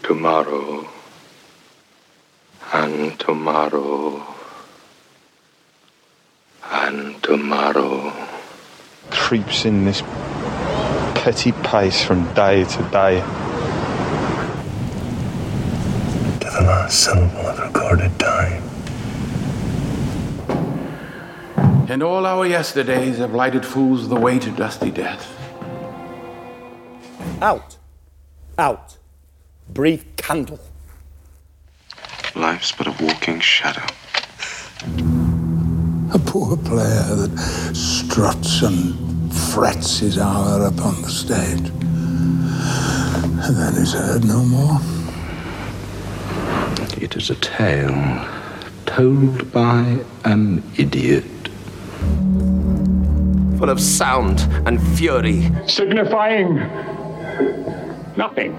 tomorrow, and tomorrow, and tomorrow. Creeps in this petty pace from day to day. To the last syllable of recorded time. And all our yesterdays have lighted fools the way to dusty death. Out. Out. Brief candle. Life's but a walking shadow. A poor player that struts and frets his hour upon the stage, and then is heard no more. It is a tale told by an idiot. Full of sound and fury. Signifying nothing.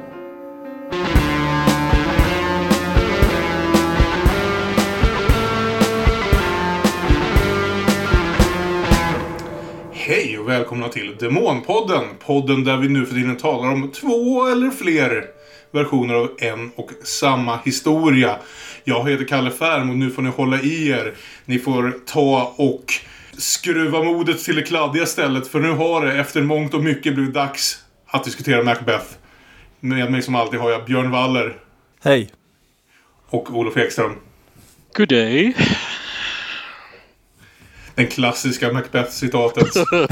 Hej och välkomna till Demonpodden. Podden där vi nu för tiden talar om 2 eller fler versioner av en och samma historia. Jag heter Kalle Färm och nu får ni hålla i er. Ni får ta och skruva modet till det kladdiga stället. För nu har det efter mångt och mycket blivit dags att diskutera Macbeth. Med mig som alltid har jag Björn Waller. Hej. Och Olof Ekström. Good day. Den klassiska Macbeth-citatet.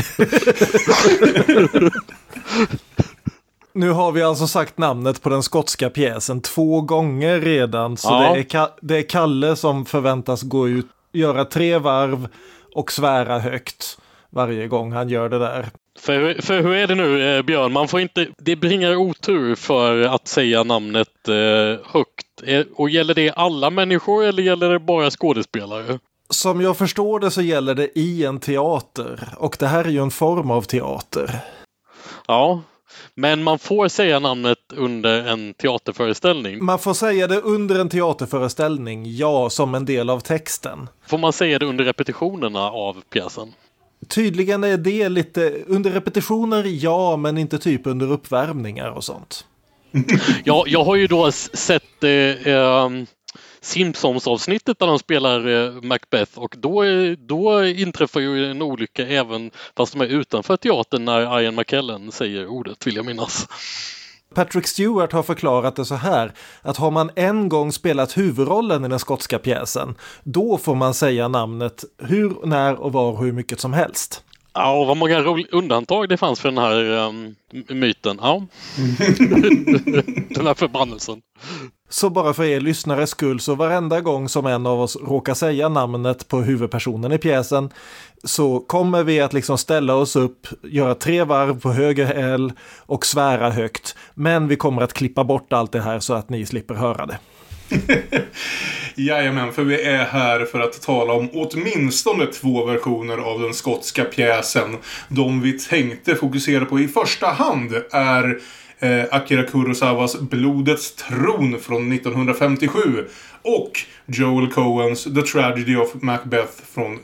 Nu har vi alltså sagt namnet på den skotska pjäsen 2 gånger redan. Så ja. det är Kalle som förväntas gå ut, göra 3 varv och svära högt varje gång han gör det där. För hur är det nu, Björn? Man får inte, det bringar otur för att säga namnet högt. Och gäller det alla människor eller gäller det bara skådespelare? Som jag förstår det så gäller det i en teater. Och det här är ju en form av teater. Ja, men man får säga namnet under en teaterföreställning. Man får säga det under en teaterföreställning, ja, som en del av texten. Får man säga det under repetitionerna av pjäsen? Tydligen är det lite under repetitioner, ja, men inte typ under uppvärmningar och sånt. Ja, jag har ju då sett Simpsons-avsnittet där de spelar Macbeth och då inträffar ju en olycka även fast de är utanför teatern när Ian McKellen säger ordet, vill jag minnas. Patrick Stewart har förklarat det så här, att har man en gång spelat huvudrollen i den skotska pjäsen, då får man säga namnet hur, när och var hur mycket som helst. Ja, och vad många undantag det fanns för den här myten. Ja. Den här förbannelsen. Så bara för er lyssnares skull, så varenda gång som en av oss råkar säga namnet på huvudpersonen i pjäsen så kommer vi att liksom ställa oss upp, göra 3 varv på höger häl och svära högt. Men vi kommer att klippa bort allt det här så att ni slipper höra det. Jajamän, för vi är här för att tala om åtminstone 2 versioner av den skotska pjäsen. De vi tänkte fokusera på i första hand är Akira Kurosawas Blodets tron från 1957 och Joel Coens The Tragedy of Macbeth från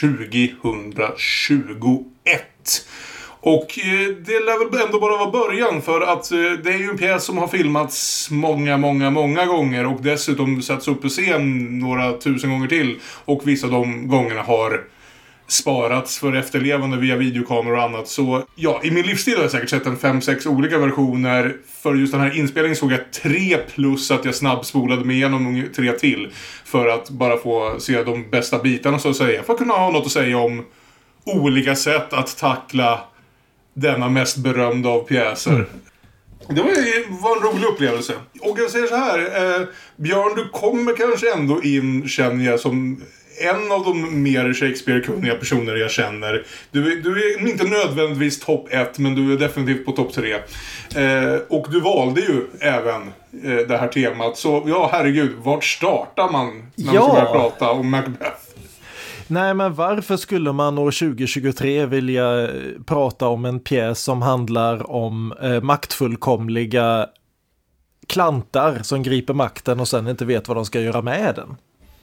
2021. Och det lär väl ändå bara vara början, för att det är ju en pjäs som har filmats många gånger och dessutom satts upp på scen några 1000 gånger till, och vissa av de gångerna har sparats för efterlevande via videokameror och annat. Så ja, i min livsstil har jag säkert sett en 5-6 olika versioner. För just den här inspelningen såg jag 3 plus att jag snabbspolade med igenom 3 till för att bara få se de bästa bitarna, så att säga. För att kunna ha något att säga om olika sätt att tackla denna mest berömda av pjäser. Det var en rolig upplevelse. Och jag säger så här, Björn, du kommer kanske ändå in, känner jag, som en av de mer Shakespeare-kunniga personer jag känner. Du är inte nödvändigtvis topp 1, men du är definitivt på topp 3. Och du valde ju även det här temat. Så ja, herregud, vart startar man när man ska börja prata om Macbeth? Nej, men varför skulle man år 2023 vilja prata om en pjäs som handlar om maktfullkomliga klantar som griper makten och sen inte vet vad de ska göra med den?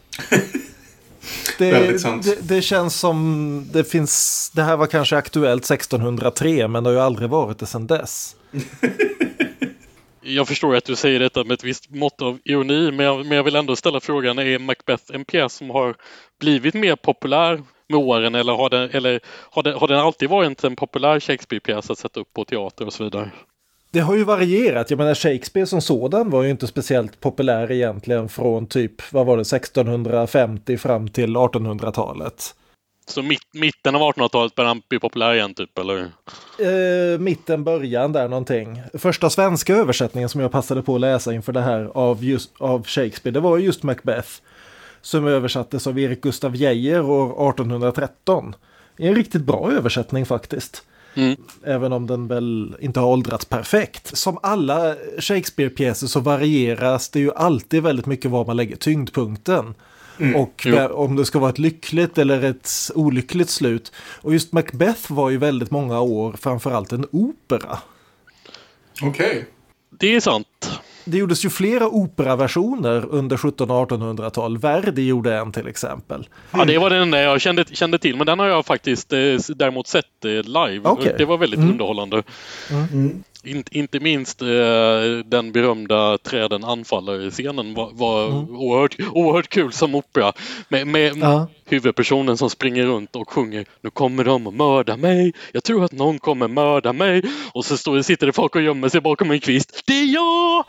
Det känns som det här var kanske aktuellt 1603, men det har ju aldrig varit det sedan dess. Jag förstår att du säger detta med ett visst mått av ironi, men jag vill ändå ställa frågan, är Macbeth en pjäs som har blivit mer populär med åren, eller har den alltid varit en populär Shakespeare-pjäs att sätta upp på teater och så vidare? Det har ju varierat. Jag menar, Shakespeare som sådan var ju inte speciellt populär egentligen från typ, vad var det, 1650 fram till 1800-talet. Så mitten av 1800-talet började han bli populär igen typ, eller? Mitten, början där någonting. Första svenska översättningen som jag passade på att läsa inför det här av Shakespeare, det var just Macbeth, som översattes av Erik Gustaf Geijer år 1813. En riktigt bra översättning faktiskt. Även om den väl inte har åldrats perfekt. Som alla Shakespeare-pjäser så varieras det ju alltid väldigt mycket var man lägger tyngdpunkten. Och om det ska vara ett lyckligt eller ett olyckligt slut. Och just Macbeth var ju väldigt många år framförallt en opera. Okej. Det är sant. Det gjordes ju flera operaversioner under 1700- och 1800-tal. Verdi gjorde en till exempel. Ja, det var den enda jag kände till. Men den har jag faktiskt däremot sett live. Okay. Det var väldigt underhållande. Inte minst den berömda träden anfaller-scenen var oerhört kul som opera. Med huvudpersonen som springer runt och sjunger, nu kommer de att mörda mig. Jag tror att någon kommer mörda mig. Och så sitter det folk och gömmer sig bakom en kvist. Det är jag!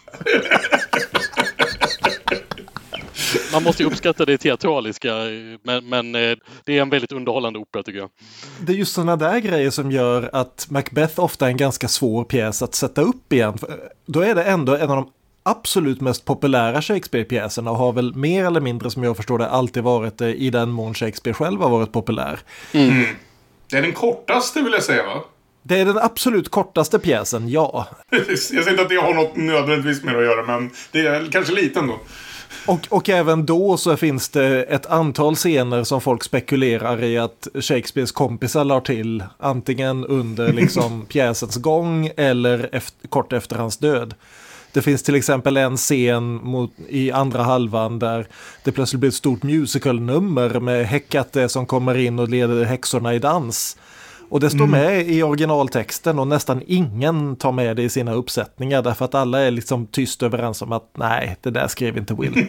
Man måste ju uppskatta det teatraliska, men det är en väldigt underhållande opera tycker jag. Det är just sådana där grejer som gör att Macbeth ofta är en ganska svår pjäs att sätta upp igen. Då är det ändå en av de absolut mest populära Shakespeare-pjäserna och har väl mer eller mindre, som jag förstår det, alltid varit det i den mån Shakespeare själv har varit populär. Det är den kortaste vill jag säga, va? Det är den absolut kortaste pjäsen, ja. Jag säger inte att det har något nödvändigtvis med att göra, men det är kanske liten då. Och även då så finns det ett antal scener som folk spekulerar i att Shakespeares kompisar la till, antingen under liksom pjäsens gång eller kort efter hans död. Det finns till exempel en scen i andra halvan där det plötsligt blir ett stort musicalnummer med Hecate som kommer in och leder häxorna i dans. Och det står med i originaltexten och nästan ingen tar med det i sina uppsättningar därför att alla är liksom tyst överens om att nej, det där skrev inte Will.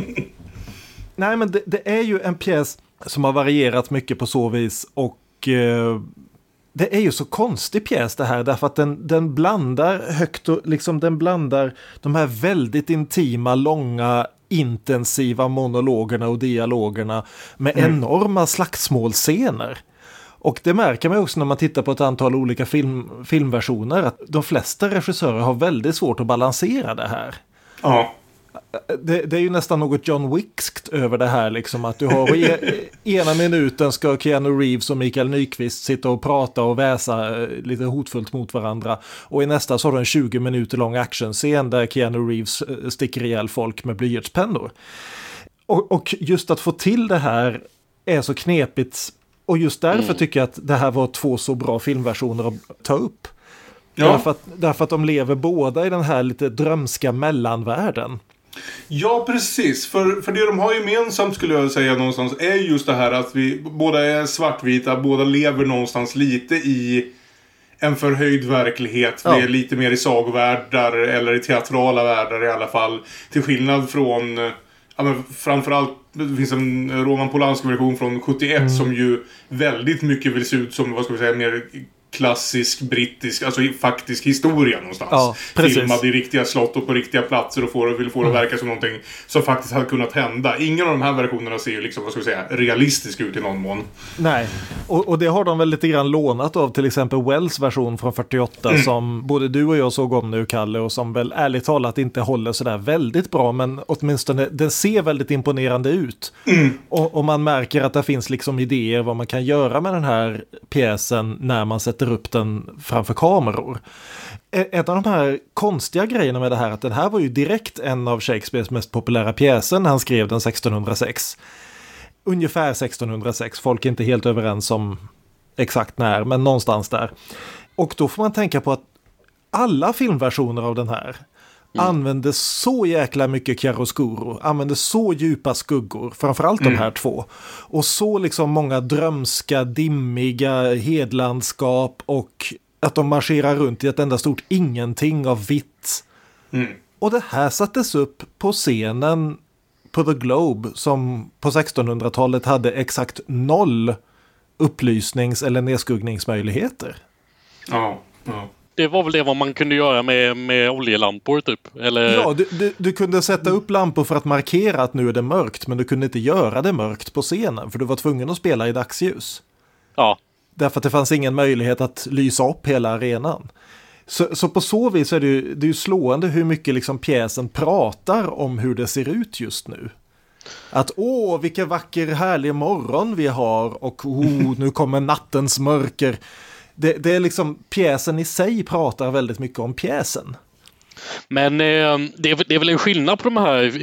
Nej, men det är ju en pjäs som har varierat mycket på så vis och det är ju så konstig pjäs det här därför att den blandar högt och liksom den blandar de här väldigt intima, långa, intensiva monologerna och dialogerna med enorma slagsmålscener. Och det märker man också när man tittar på ett antal olika filmversioner att de flesta regissörer har väldigt svårt att balansera det här. Ja. Det är ju nästan något John Wickskt över det här liksom, att du har ena minuten ska Keanu Reeves och Mikael Nyqvist sitta och prata och väsa lite hotfullt mot varandra och i nästa så har du en 20 minuter lång actionscen där Keanu Reeves sticker ihjäl folk med blyertspennor. Och just att få till det här är så knepigt. Och just därför tycker jag att det här var 2 så bra filmversioner att ta upp. Ja. Därför att de lever båda i den här lite drömska mellanvärlden. Ja, precis. För det de har gemensamt skulle jag säga någonstans är just det här att vi båda är svartvita, båda lever någonstans lite i en förhöjd verklighet. Vi är lite mer i sagovärldar eller i teatrala världar i alla fall. Till skillnad från... Ja, men framförallt det finns en Roman Polanski-version från 71 som ju väldigt mycket vill se ut som, vad ska vi säga, mer klassisk brittisk, alltså faktisk historia någonstans. Ja, filmad i riktiga slott och på riktiga platser och vill få det att verka som någonting som faktiskt hade kunnat hända. Ingen av de här versionerna ser ju liksom, vad ska vi säga, realistisk ut i någon mån. Nej, och det har de väl lite grann lånat av till exempel Wells version från 48 som både du och jag såg om nu, Kalle, och som väl ärligt talat inte håller sådär väldigt bra, men åtminstone den ser väldigt imponerande ut. Och man märker att det finns liksom idéer vad man kan göra med den här pjäsen när man sätter upp den framför kameror. En av de här konstiga grejerna med det här att den här var ju direkt en av Shakespeares mest populära pjäser när han skrev den 1606. Ungefär 1606. Folk är inte helt överens om exakt när, men någonstans där. Och då får man tänka på att alla filmversioner av den här använde så jäkla mycket chiaroscuro, använde så djupa skuggor, framförallt de här 2. Och så liksom många drömska, dimmiga hedlandskap och att de marscherar runt i ett enda stort ingenting av vitt Och det här sattes upp på scenen på The Globe som på 1600-talet hade exakt 0 upplysnings- eller nedskuggningsmöjligheter. Ja. Det var väl det vad man kunde göra med oljelampor typ? Eller... Ja, du kunde sätta upp lampor för att markera att nu är det mörkt, men du kunde inte göra det mörkt på scenen för du var tvungen att spela i dagsljus. Ja. Därför att det fanns ingen möjlighet att lysa upp hela arenan. Så på så vis är det är ju slående hur mycket liksom pjäsen pratar om hur det ser ut just nu. Att vilken vacker härlig morgon vi har och nu kommer nattens mörker. Det är liksom pjäsen i sig pratar väldigt mycket om pjäsen. Men det är väl en skillnad på de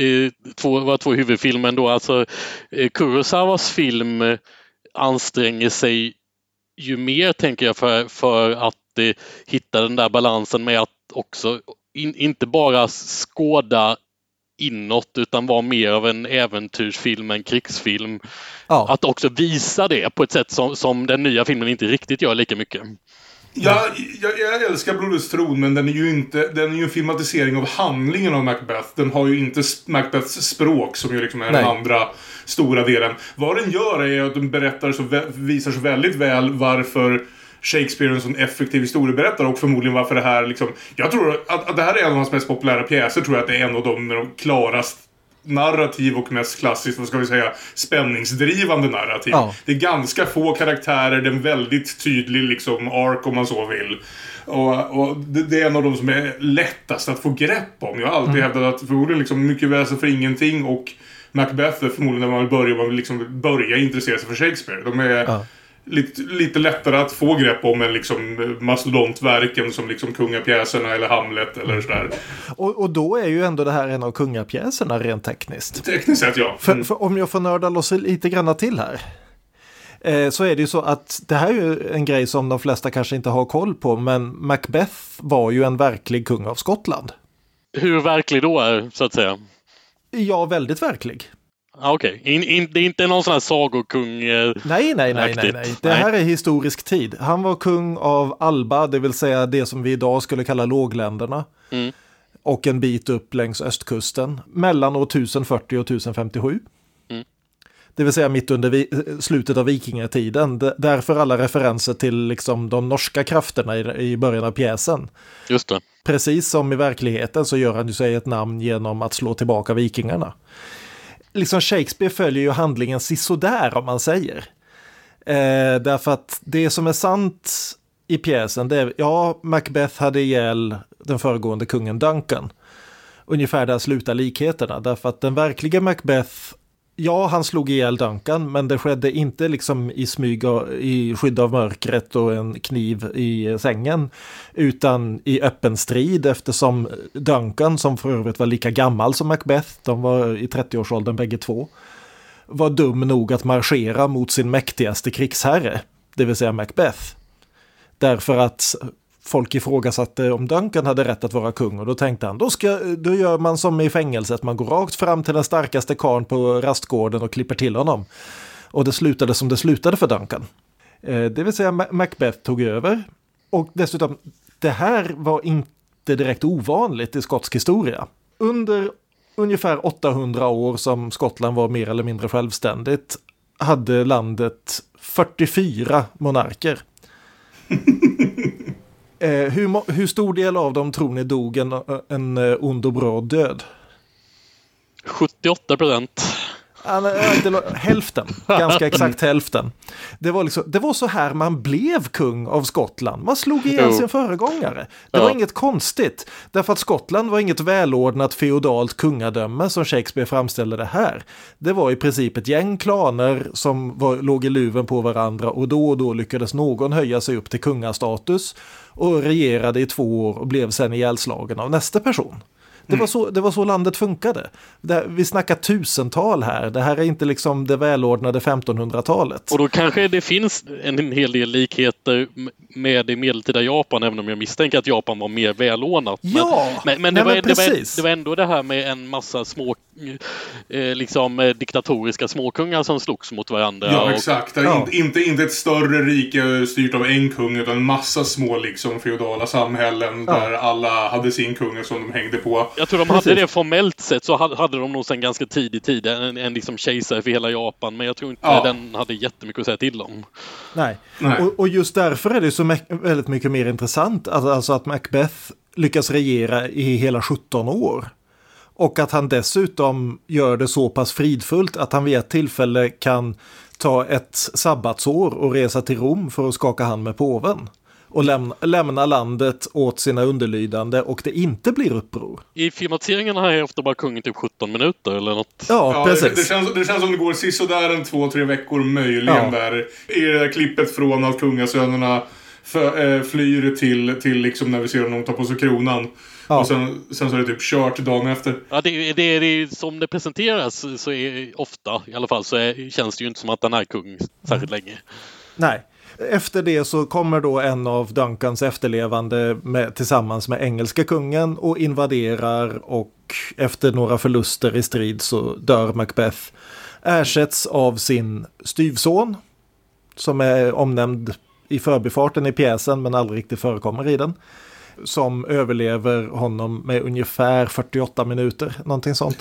här två huvudfilmen då. Alltså Kurosawas film anstränger sig ju mer, tänker jag, för att hitta den där balansen med att också inte bara skåda inåt utan vara mer av en äventyrsfilm, en krigsfilm. Ja. Att också visa det på ett sätt som den nya filmen inte riktigt gör lika mycket. Ja, jag älskar Blodets tron, men den är ju en filmatisering av handlingen av Macbeth. Den har ju inte Macbeths språk som ju liksom är den andra stora delen. Vad den gör är att den visar så väldigt väl varför Shakespeare är en sån effektiv historieberättare och förmodligen varför det här liksom... Jag tror att det här är en av hans mest populära pjäser, tror jag att det är en av de klarast narrativ och mest klassiskt, vad ska vi säga, spänningsdrivande narrativ. Ja. Det är ganska få karaktärer, det är en väldigt tydlig liksom ark om man så vill. Och det är en av de som är lättast att få grepp om. Jag har alltid hävdat att förmodligen liksom mycket väsen för ingenting och Macbeth är förmodligen när man vill liksom börja intressera sig för Shakespeare. De är lite lättare att få grepp om än liksom mastodontverken som liksom kungapjäserna eller Hamlet eller sådär. Och då är ju ändå det här en av kungapjäserna rent tekniskt. Tekniskt sett, ja. För om jag får nörda loss lite grann till här. Så är det ju så att det här är ju en grej som de flesta kanske inte har koll på, men Macbeth var ju en verklig kung av Skottland. Hur verklig då är, så att säga? Ja, väldigt verklig. Okej. Det är inte någon sån här sagokung. Nej. Det här är historisk tid. Han var kung av Alba, det vill säga det som vi idag skulle kalla lågländerna. Och en bit upp längs östkusten. Mellan år 1040 och 1057. Det vill säga mitt under slutet av vikingatiden. Därför alla referenser till liksom de norska krafterna i början av pjäsen. Just det. Precis som i verkligheten så gör han ju sig ett namn genom att slå tillbaka vikingarna. Liksom Shakespeare följer ju handlingen sisådär om man säger. Därför att det som är sant i pjäsen det är, Macbeth hade ihjäl den föregående kungen Duncan. Ungefär där slutar likheterna. Därför att den verkliga Macbeth, han slog ihjäl Duncan, men det skedde inte liksom i smyg i skydd av mörkret och en kniv i sängen, utan i öppen strid, eftersom Duncan, som för övrigt var lika gammal som Macbeth, de var i 30-årsåldern bägge två, var dum nog att marschera mot sin mäktigaste krigsherre, det vill säga Macbeth. Därför att folk ifrågasatte om Duncan hade rätt att vara kung, och då tänkte han, då gör man som i fängelset, man går rakt fram till den starkaste karln på rastgården och klipper till honom. Och det slutade som det slutade för Duncan. Det vill säga Macbeth tog över, och dessutom, det här var inte direkt ovanligt i skotsk historia. Under ungefär 800 år som Skottland var mer eller mindre självständigt hade landet 44 monarker. Hur stor del av dem tror ni dog en ond och bra död? 78%. Hälften, ganska exakt hälften. Det var så här man blev kung av Skottland. Man slog ihjäl sin föregångare. Det var inget konstigt. Därför att Skottland var inget välordnat feodalt kungadöme som Shakespeare framställde det här. Det var i princip ett gäng klaner som låg i luven på varandra, och då lyckades någon höja sig upp till kungastatus och regerade i 2 år och blev sen ihjälslagen av nästa person. Det var så landet funkade. Vi snackar 1000-tal här. Det här är inte liksom det välordnade 1500-talet. Och då kanske det finns en hel del likheter med det medeltida Japan, även om jag misstänker att Japan var mer välordnat. Ja, men det var ändå det här med en massa små liksom diktatoriska småkungar som slogs mot varandra. Ja, exakt. Inte ett större rike styrt av en kung, utan en massa små liksom feodala samhällen där alla hade sin kung som de hängde på. Jag tror de hade det formellt sett, så hade de nog sen ganska tidig tid en liksom kejsare för hela Japan, men jag tror inte den hade jättemycket att säga till om. Nej. Och just därför är det så väldigt mycket mer intressant alltså att Macbeth lyckas regera i hela 17 år. Och att han dessutom gör det så pass fridfullt att han vid ett tillfälle kan ta ett sabbatsår och resa till Rom för att skaka hand med påven. Och lämna landet åt sina underlydande och det inte blir uppror. I filmatiseringen har jag ofta bara kungen typ 17 minuter eller något. Ja, precis. Det känns som det går sisådär 2-3 veckor möjligen där. I det där klippet från att kungasönerna flyr till liksom när vi ser dem ta på sig kronan. Ja. Och sen så är det typ kört dagen efter. Ja, det är som det presenteras så är ofta i alla fall känns det ju inte som att den är kung särskilt länge. Nej. Efter det så kommer då en av Duncans efterlevande tillsammans med engelska kungen och invaderar, och efter några förluster i strid så dör Macbeth. Ersätts av sin styvson som är omnämnd i förbifarten i pjäsen men aldrig riktigt förekommer i den. Som överlever honom med ungefär 48 minuter, någonting sånt.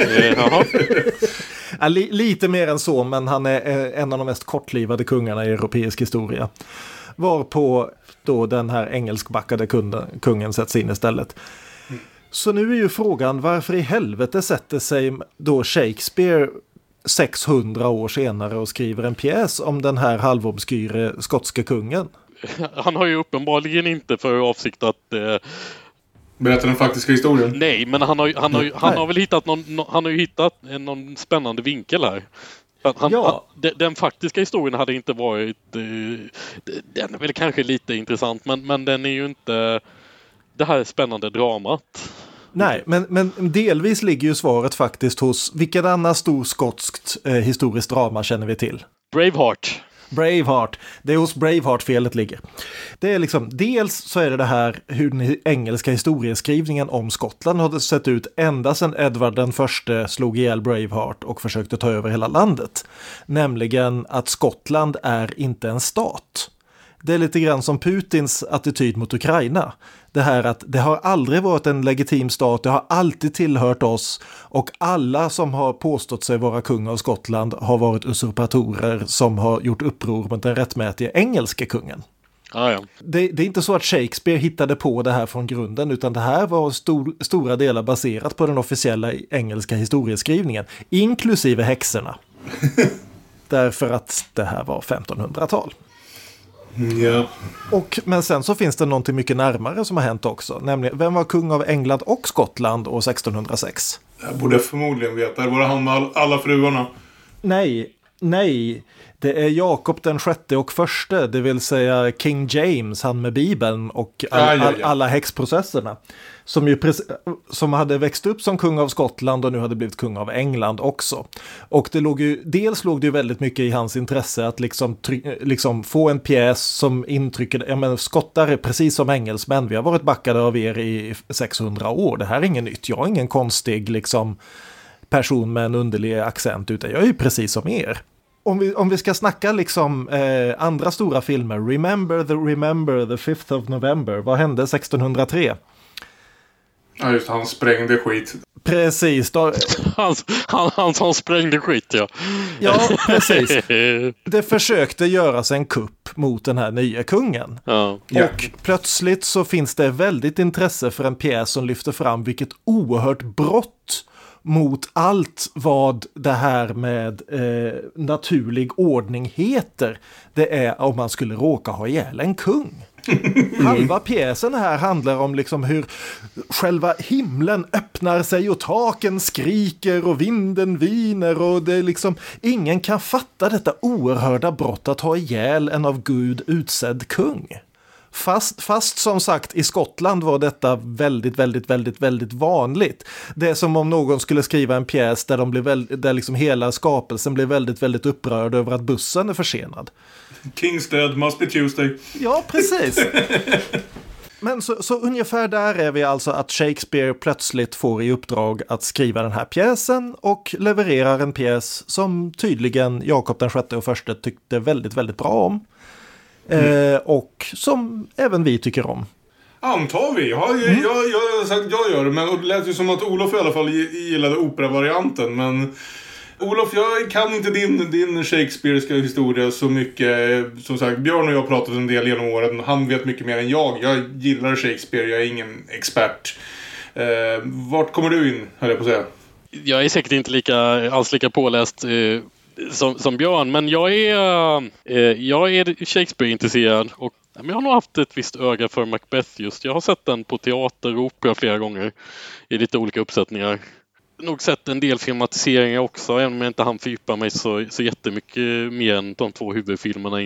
Lite mer än så, men han är en av de mest kortlivade kungarna i europeisk historia. Varpå då den här engelskbackade kungen sätts in istället. Så nu är ju frågan, varför i helvete sätter sig då Shakespeare 600 år senare och skriver en pjäs om den här halvobskyre skotska kungen? Han har ju uppenbarligen inte för avsikt att berätta den faktiska historien. Nej, men han har väl hittat någon spännande vinkel här. Den faktiska historien hade inte varit den är väl kanske lite intressant, men den är ju inte det här spännande dramat. Nej, men delvis ligger ju svaret faktiskt hos vilken annan stor skotskt historiskt drama känner vi till? Braveheart. Det är hos Braveheart felet ligger. Det är liksom, dels så är det här hur den engelska historieskrivningen om Skottland hade sett ut ända sedan Edward den förste slog ihjäl Braveheart och försökte ta över hela landet. Nämligen att Skottland är inte en stat. Det är lite grann som Putins attityd mot Ukraina. Det här att det har aldrig varit en legitim stat, det har alltid tillhört oss, och alla som har påstått sig vara kung av Skottland har varit usurpatorer som har gjort uppror mot den rättmätiga engelska kungen. Ja. Det är inte så att Shakespeare hittade på det här från grunden, utan det här var stora delar baserat på den officiella engelska historieskrivningen, inklusive häxorna. Därför att det här var 1500-tal. Ja. Men sen så finns det någonting mycket närmare som har hänt också. Nämligen, vem var kung av England och Skottland år 1606? Jag borde förmodligen veta. Det var han med alla fruarna. Nej. Det är Jakob den sjätte och förste, det vill säga King James, han med Bibeln och alla häxprocesserna. Som hade växt upp som kung av Skottland och nu hade blivit kung av England också. Och det låg ju väldigt mycket i hans intresse att liksom få en pjäs som intrycker, skottar är precis som engelsmän, vi har varit backade av er i 600 år, det här är ingen nytt, jag är ingen konstig liksom person med en underlig accent, utan jag är ju precis som er. Om vi ska snacka liksom andra stora filmer, Remember the 5th of November, vad hände 1603? Ja just, han sprängde skit. Precis. Han som sprängde skit, ja. Ja, precis. Det försökte göras en kupp mot den här nya kungen. Ja. Och plötsligt så finns det väldigt intresse för en pjäs som lyfter fram vilket oerhört brott mot allt vad det här med naturlig ordning heter. Det är om man skulle råka ha ihjäl en kung. Halva pjäsen här handlar om liksom hur själva himlen öppnar sig och taken skriker och vinden viner och det är liksom, ingen kan fatta detta oerhörda brott att ha ihjäl en av Gud utsedd kung. Fast som sagt i Skottland var detta väldigt, väldigt, väldigt, väldigt vanligt. Det är som om någon skulle skriva en pjäs där liksom hela skapelsen blir väldigt, väldigt upprörd över att bussen är försenad. King's dead, must be Tuesday. Ja, precis. Men så ungefär där är vi alltså, att Shakespeare plötsligt får i uppdrag att skriva den här pjäsen och levererar en pjäs som tydligen Jakob den sjätte och förste tyckte väldigt, väldigt bra om. Och som även vi tycker om. Antar vi. Jag har sagt jag gör det, men det lät ju som att Olof i alla fall gillade operavarianten, men Olof, jag kan inte din Shakespeareska historia så mycket. Som sagt, Björn och jag har pratat en del genom åren. Han vet mycket mer än jag. Jag gillar Shakespeare, jag är ingen expert. Vart kommer du in, höll jag på att säga? Jag är säkert inte alls lika påläst som Björn, men jag är Shakespeare-intresserad och jag har nog haft ett visst öga för Macbeth just. Jag har sett den på teater och opera flera gånger i lite olika uppsättningar. Nog sett en del filmatiseringar också, även om jag inte hann fördjupa mig så jättemycket mer än de 2 huvudfilmerna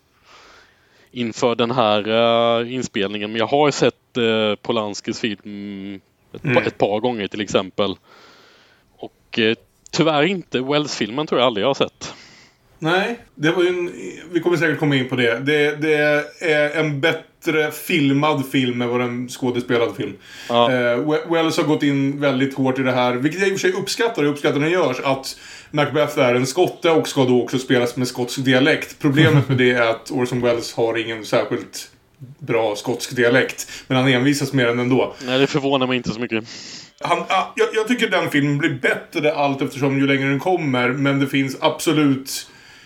inför den här inspelningen. Men jag har sett Polanskis film ett par gånger till exempel. Och tyvärr inte Wells-filmen, tror jag aldrig jag har sett. Nej, det var ju vi kommer säkert komma in på det. Det är en bättre filmad film än vad en skådespelad film. Ja. Wells har gått in väldigt hårt i det här, vilket jag i och för sig uppskattar. Jag uppskattar när det görs att Macbeth är en skotte och ska då också spelas med skotsk dialekt. Problemet med det är att Orson Welles har ingen särskilt bra skotsk dialekt, men han envisas med den ändå. Nej, det förvånar mig inte så mycket. Jag tycker den filmen blir bättre allt eftersom ju längre den kommer, men det finns absolut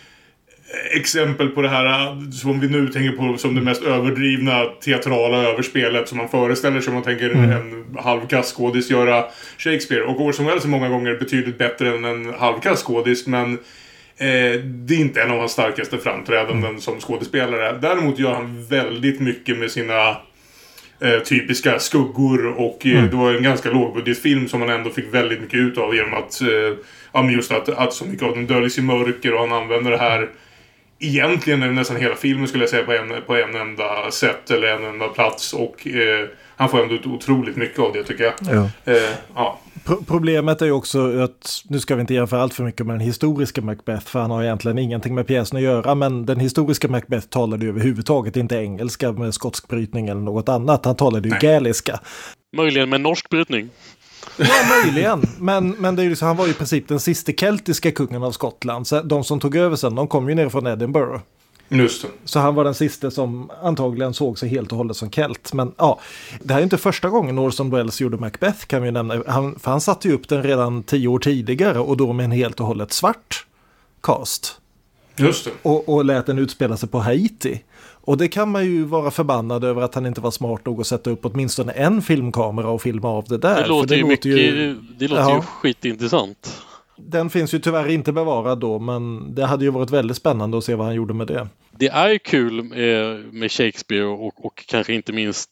exempel på det här som vi nu tänker på som det mest överdrivna teatrala överspelet som man föreställer sig om man tänker en halvkass skådis göra Shakespeare. Och Orson Welles är många gånger betydligt bättre än en halvkass skådis, men det är inte en av hans starkaste framträdanden som skådespelare. Däremot gör han väldigt mycket med sina typiska skuggor och det var en ganska lågbudgetfilm som man ändå fick väldigt mycket ut av genom att just att så mycket av den döljs i mörker och han använder det här. Egentligen är det nästan hela filmen skulle jag säga på en enda sätt eller en enda plats och han får ändå otroligt mycket av det tycker jag. Ja. Problemet är ju också att, nu ska vi inte jämföra allt för mycket med den historiska Macbeth för han har egentligen ingenting med pjäsen att göra, men den historiska Macbeth talade ju överhuvudtaget inte engelska med skotsk brytning eller något annat, han talade ju gäliska. Möjligen med norsk brytning. Ja, möjligen. Men det är ju så, han var ju i princip den sista keltiska kungen av Skottland. Så de som tog över sen, de kom ju ner från Edinburgh. Just det. Så han var den sista som antagligen såg sig helt och hållet som kelt. Men ja, det här är inte första gången Orson Welles gjorde Macbeth, kan vi nämna. För han satte ju upp den redan 10 år tidigare och då med en helt och hållet svart cast. Just det. Och lät den utspela sig på Haiti. Och det kan man ju vara förbannad över att han inte var smart nog att sätta upp åtminstone en filmkamera och filma av det där. Det låter ju skitintressant. Den finns ju tyvärr inte bevarad då, men det hade ju varit väldigt spännande att se vad han gjorde med det. Det är ju kul med Shakespeare och kanske inte minst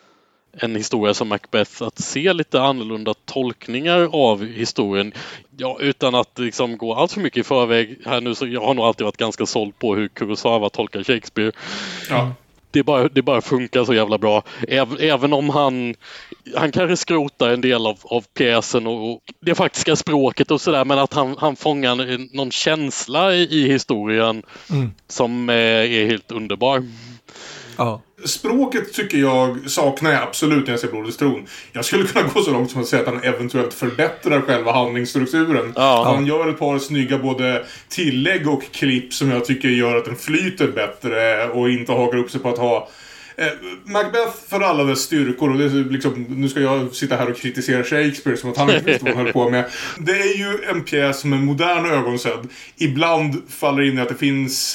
en historia som Macbeth att se lite annorlunda tolkningar av historien. Ja, utan att liksom gå allt för mycket i förväg här nu, så jag har nog alltid varit ganska såld på hur Kurosawa tolkar Shakespeare. Ja. Det bara funkar så jävla bra. Även om han kanske skrotar en del av pjäsen och det faktiska språket och sådär, men att han fångar någon känsla i historien som är helt underbar. Ja. Språket tycker jag saknar jag absolut när jag ser Blodets tron. Jag skulle kunna gå så långt som att säga att han eventuellt förbättrar själva handlingsstrukturen. Ja. Han gör ett par snygga både tillägg och klipp som jag tycker gör att den flyter bättre och inte hakar upp sig på att ha Macbeth för alla dess styrkor. Och det är liksom, nu ska jag sitta här och kritisera Shakespeare som att han inte vet vad han höll på med. Det är ju en pjäs som är modern ögonsedd. Ibland faller in i att det finns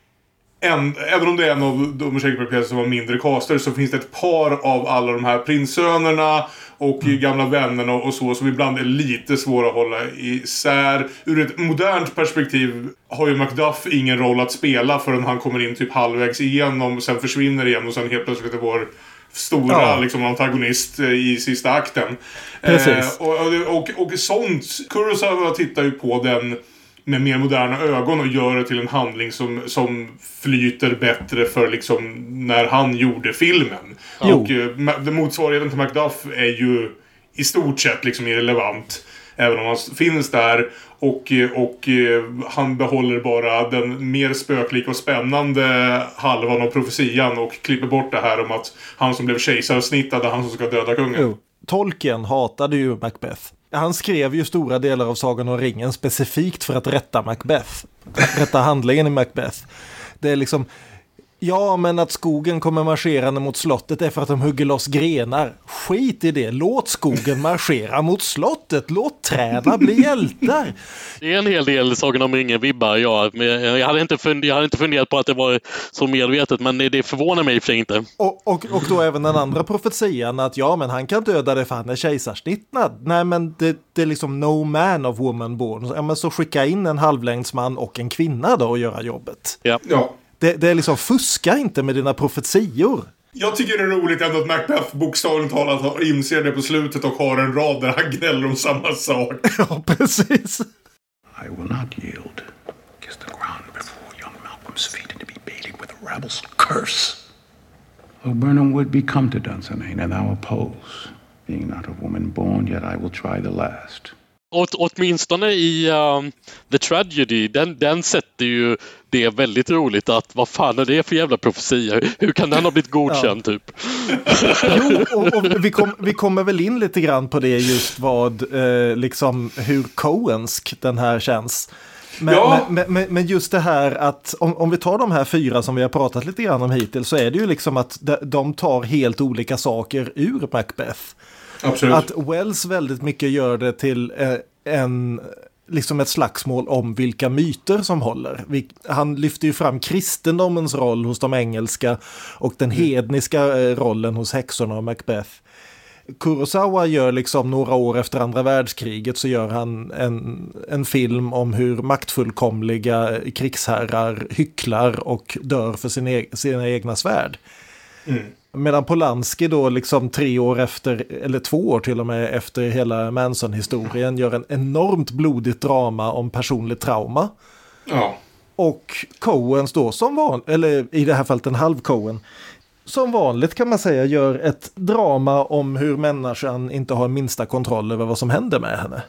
även om det är en av de Shakespeare-pjäser som var mindre caster, så finns det ett par av alla de här prinsönerna och gamla vännerna och så som ibland är lite svåra att hålla isär. Ur ett modernt perspektiv har ju Macduff ingen roll att spela förrän han kommer in typ halvvägs igenom och sen försvinner igen och sen helt plötsligt är vår stora liksom antagonist i sista akten. Och sånt, Kurosawa tittar ju på den med mer moderna ögon och gör det till en handling som flyter bättre för liksom när han gjorde filmen. Och det motsvarigheten till Macduff är ju i stort sett liksom irrelevant, även om han finns där. Och han behåller bara den mer spöklika och spännande halvan av profetian och klipper bort det här om att han som blev kejsarsnittad är han som ska döda kungen. Jo. Tolkien hatade ju Macbeth. Han skrev ju stora delar av Sagan om ringen specifikt för att rätta Macbeth. Rätta handlingen i Macbeth. Det är liksom, ja, men att skogen kommer marscherande mot slottet är för att de hugger loss grenar. Skit i det. Låt skogen marschera mot slottet. Låt träden bli hjältar. Det är en hel del Sagan om ringen-vibbar, ja. Jag hade inte funderat på att det var så medvetet, men det förvånar mig i och för sig inte. Och då även den andra profetian att ja, men han kan döda det för han är kejsarsnittad. Nej, men det är liksom no man of woman born. Ja, men så skicka in en halvlängdsman och en kvinna då och göra jobbet. Ja. Det är liksom, fuska inte med dina profetior. Jag tycker det är roligt ändå att Macbeth bokstavligt talat inser det på slutet och har en rad där han gnäller om samma sak. Ja, precis. I will not yield. Kiss the ground before young Malcolm's feet and to be baited with a rebel's curse. O Burnham would be come to Dunsinane, and thou oppose. Being not of woman born, yet I will try the last. Åtminstone i The Tragedy, den sätter ju det väldigt roligt att vad fan är det för jävla profetier? Hur kan den ha blivit godkänd typ? Jo, och vi kommer väl in lite grann på det just vad liksom hur Coensk den här känns. Men just det här att om vi tar de här 4 som vi har pratat lite grann om hittills, så är det ju liksom att de tar helt olika saker ur Macbeth. Absolut. Att Wells väldigt mycket gör det till liksom ett slagsmål om vilka myter som håller. Han lyfter ju fram kristendomens roll hos de engelska och den hedniska rollen hos häxorna och Macbeth. Kurosawa gör liksom några år efter andra världskriget så gör han en film om hur maktfullkomliga krigsherrar hycklar och dör för sina egna svärd. Medan Polanski då liksom 3 år efter, eller 2 år till och med efter hela Manson-historien gör en enormt blodigt drama om personligt trauma. Ja. Och Coens då eller i det här fallet en halv Coen, som vanligt kan man säga gör ett drama om hur människan inte har minsta kontroll över vad som händer med henne.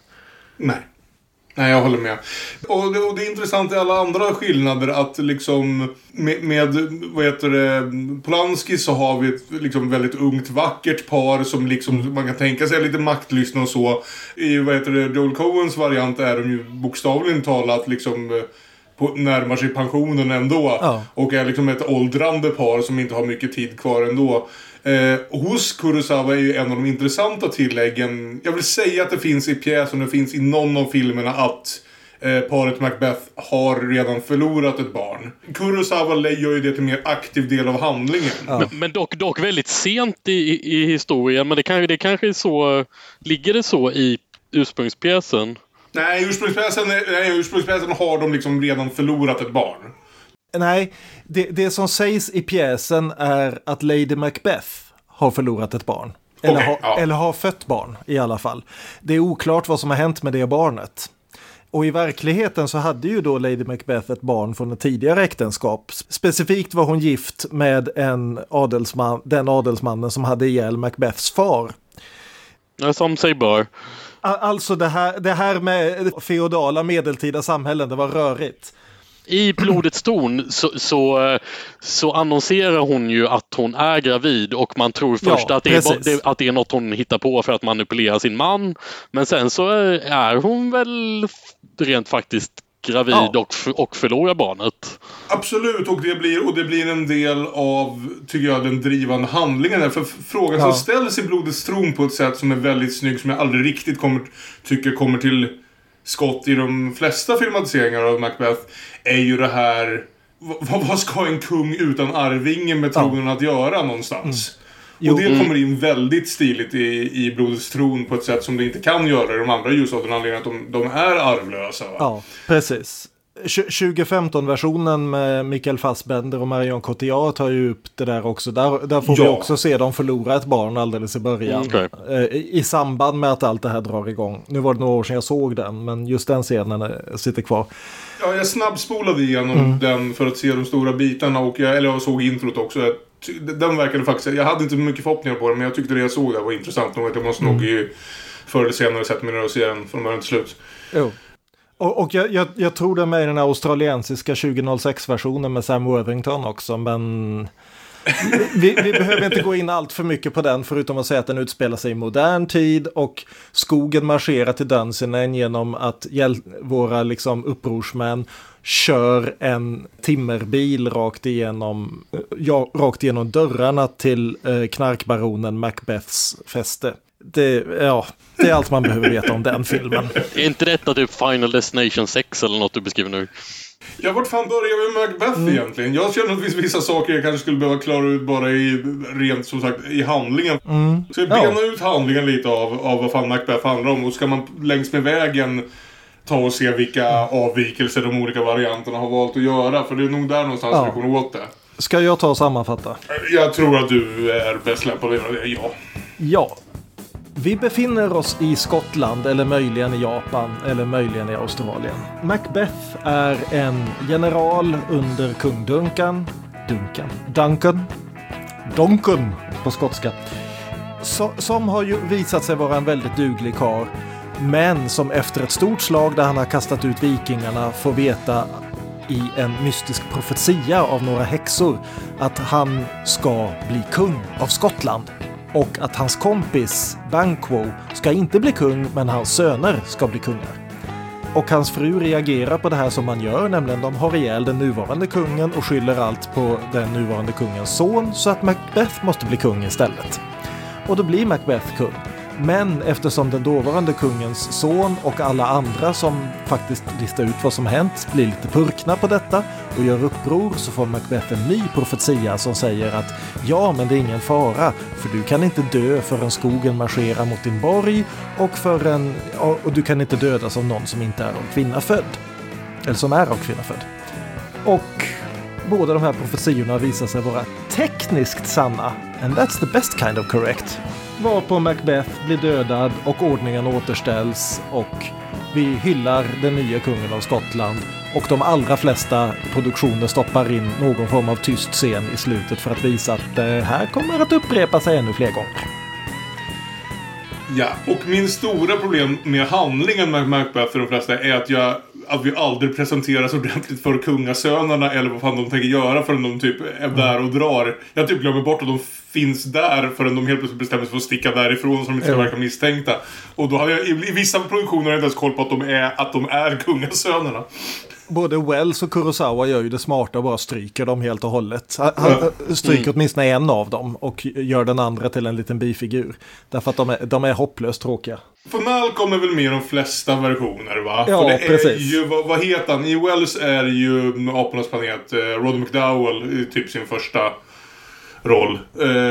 Nej, jag håller med. Och det är intressant i alla andra skillnader att liksom med vad heter det, Polanski så har vi ett liksom väldigt ungt vackert par som liksom man kan tänka sig lite maktlystna och så. I vad heter det, Joel Coens variant är de ju bokstavligen talat liksom närmar sig pensionen ändå. Ja. Och är liksom ett åldrande par som inte har mycket tid kvar ändå. Hos Kurosawa är ju en av de intressanta tilläggen. Jag vill säga att det finns i pjäsen, det finns i någon av filmerna att paret Macbeth har redan förlorat ett barn. Kurosawa gör ju det till en mer aktiv del av handlingen. Ja. Men dock väldigt sent i historien. Men det kanske är så. Ligger det så i ursprungspjäsen? Nej, ursprungspjäsen har de liksom redan förlorat ett barn. Nej, det som sägs i pjäsen är att Lady Macbeth har förlorat ett barn. Eller har fött barn i alla fall. Det är oklart vad som har hänt med det barnet. Och i verkligheten så hade ju då Lady Macbeth ett barn från ett tidigare äktenskap. Specifikt var hon gift med den adelsmannen som hade ihjäl Macbeths far. Som sig bör. Alltså det här med feodala medeltida samhällen, det var rörigt. I Blodets torn så annonserar hon ju att hon är gravid och man tror först att det är något hon hittar på för att manipulera sin man. Men sen så är hon väl rent faktiskt gravid och förlorar barnet. Absolut, och det blir en del av, tycker jag, den drivande handlingen. För frågan som ställs i Blodets tron på ett sätt som är väldigt snygg, som jag aldrig riktigt kommer till skott i de flesta filmatiseringar av Macbeth, är ju det här, vad ska en kung utan arvinge med tronen att göra någonstans? Och det kommer in väldigt stiligt i Blodets tron på ett sätt som det inte kan göra i de andra, just av den anledningen att de är arvlösa. Va? Ja, precis. 2015-versionen med Michael Fassbender och Marion Cotillard tar ju upp det där också. Där får vi också se dem förlora ett barn alldeles i början. I samband med att allt det här drar igång. Nu var det några år sedan jag såg den, men just den scenen sitter kvar. Ja, jag snabbspolade igenom den för att se de stora bitarna och jag såg introt också. Den verkade faktiskt, jag hade inte mycket förhoppningar på den, men jag tyckte det jag såg där var intressant. Jag måste nog förr eller senare sätta mig ner och se den från början till slut. Jo. Och jag tror det är med i den australiensiska 2006-versionen med Sam Worthington också, men vi behöver inte gå in allt för mycket på den, förutom att säga att den utspelar sig i modern tid och skogen marscherar till Dunsinane genom att våra liksom upprorsmän kör en timmerbil rakt igenom dörrarna till knarkbaronen Macbeths fäste. Det är allt man behöver veta om den filmen. Är inte detta typ Final Destination 6 eller något du beskriver nu? Ja, vart fan börjar vi med Macbeth egentligen? Jag känner att det finns vissa saker jag kanske skulle behöva klara ut bara i rent, som sagt, i handlingen. Ska vi bena ut handlingen lite av vad fan Macbeth handlar om? Och ska man längs med vägen ta och se vilka avvikelser de olika varianterna har valt att göra? För det är nog där någonstans vi kommer åt det. Ska jag ta och sammanfatta? Jag tror att du är bäst lämpad att göra det, ja. Ja. Vi befinner oss i Skottland, eller möjligen i Japan, eller möjligen i Australien. Macbeth är en general under kung Duncan på skotska, som har ju visat sig vara en väldigt duglig karl, men som efter ett stort slag där han har kastat ut vikingarna får veta i en mystisk profetia av några häxor att han ska bli kung av Skottland. Och att hans kompis Banquo ska inte bli kung, men hans söner ska bli kungar. Och hans fru reagerar på det här som man gör, nämligen de har ihjäl den nuvarande kungen och skyller allt på den nuvarande kungens son, så att Macbeth måste bli kung istället. Och då blir Macbeth kung. Men eftersom den dåvarande kungens son och alla andra som faktiskt listar ut vad som hänt blir lite purkna på detta och gör uppror, så får Macbeth en ny profetia som säger att ja, men det är ingen fara, för du kan inte dö förrän skogen marscherar mot din borg och du kan inte dödas av någon som inte är av kvinna född. Eller som är av kvinna född. Och båda de här profetiorna visar sig vara tekniskt sanna. And that's the best kind of correct. Varpå Macbeth blir dödad och ordningen återställs och vi hyllar den nya kungen av Skottland, och de allra flesta produktioner stoppar in någon form av tyst scen i slutet för att visa att det här kommer att upprepa sig ännu fler gånger. Ja, och min stora problem med handlingen med Macbeth för de flesta är att vi aldrig presenteras ordentligt för kungasönerna eller vad fan de tänker göra förrän de typ är där och drar. Jag typ glömmer bort att de finns där förrän de helt plötsligt bestämmer sig för att sticka därifrån så de inte ska verka misstänkta. Och då har jag i vissa produktioner inte ens koll på att de är kungasönerna. Både Wells och Kurosawa gör ju det smarta och bara stryker dem helt och hållet. Han stryker åtminstone en av dem och gör den andra till en liten bifigur. Därför att de är hopplöst tråkiga. För Malcolm är väl med i de flesta versioner, va? Ja, för det precis. Är ju, vad heter han? I Wells är ju Apornas planet Roddy McDowell typ sin första roll.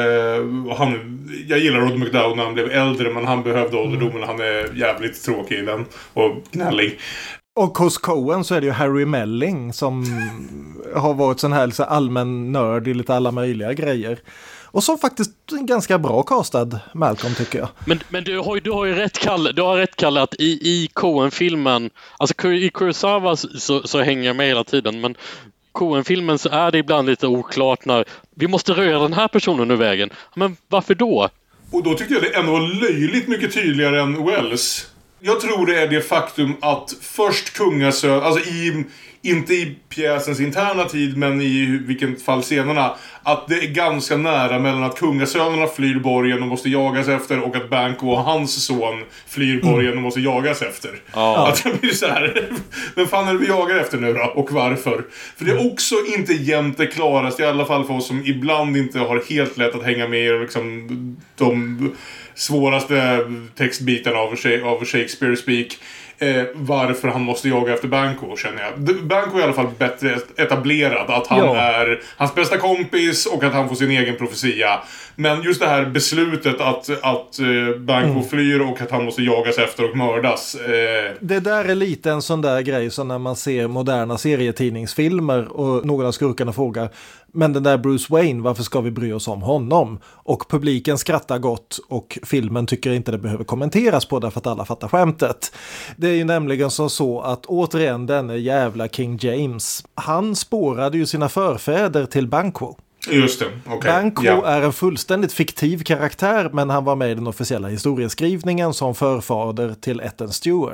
Jag gillar Roddy McDowell när han blev äldre, men han behövde ålderdomen. Han är jävligt tråkig i den och gnällig. Och hos Coen så är det ju Harry Melling som har varit sån här allmän nörd i lite alla möjliga grejer. Och som faktiskt en ganska bra castad Malcolm, tycker jag. Men du har ju rätt, Kalle, att i Coen-filmen, alltså i Kurosawa så hänger jag med hela tiden, men Coen-filmen så är det ibland lite oklart när vi måste röra den här personen ur vägen. Men varför då? Och då tyckte jag det ändå var löjligt mycket tydligare än Wells. Jag tror det är det faktum att först kungasön, alltså inte i pjäsens interna tid, men i vilket fall scenerna, att det är ganska nära mellan att kungasönerna flyr borgen och måste jagas efter och att Banquo och hans son flyr borgen och måste jagas efter. Att det blir så här, men fan är det vi jagar efter nu då? Och varför? För det är också inte jämnt det klarast, i alla fall för oss som ibland inte har helt lätt att hänga med i liksom de svåraste textbitarna av Shakespeare speak. Varför han måste jaga efter Banquo, känner jag. Banquo är i alla fall bättre etablerad, att han är hans bästa kompis och att han får sin egen profetia. Men just det här beslutet att Banquo flyr och att han måste jagas efter och mördas. Det där är lite en sån där grej som när man ser moderna serietidningsfilmer och någon av skurkarna frågar, men den där Bruce Wayne, varför ska vi bry oss om honom? Och publiken skrattar gott och filmen tycker inte det behöver kommenteras på därför att alla fattar skämtet. Det är ju nämligen så att återigen denne jävla King James, han spårade ju sina förfäder till Banquo. Just det, okej. Banquo är en fullständigt fiktiv karaktär, men han var med i den officiella historieskrivningen som förfader till Ethan Stewart.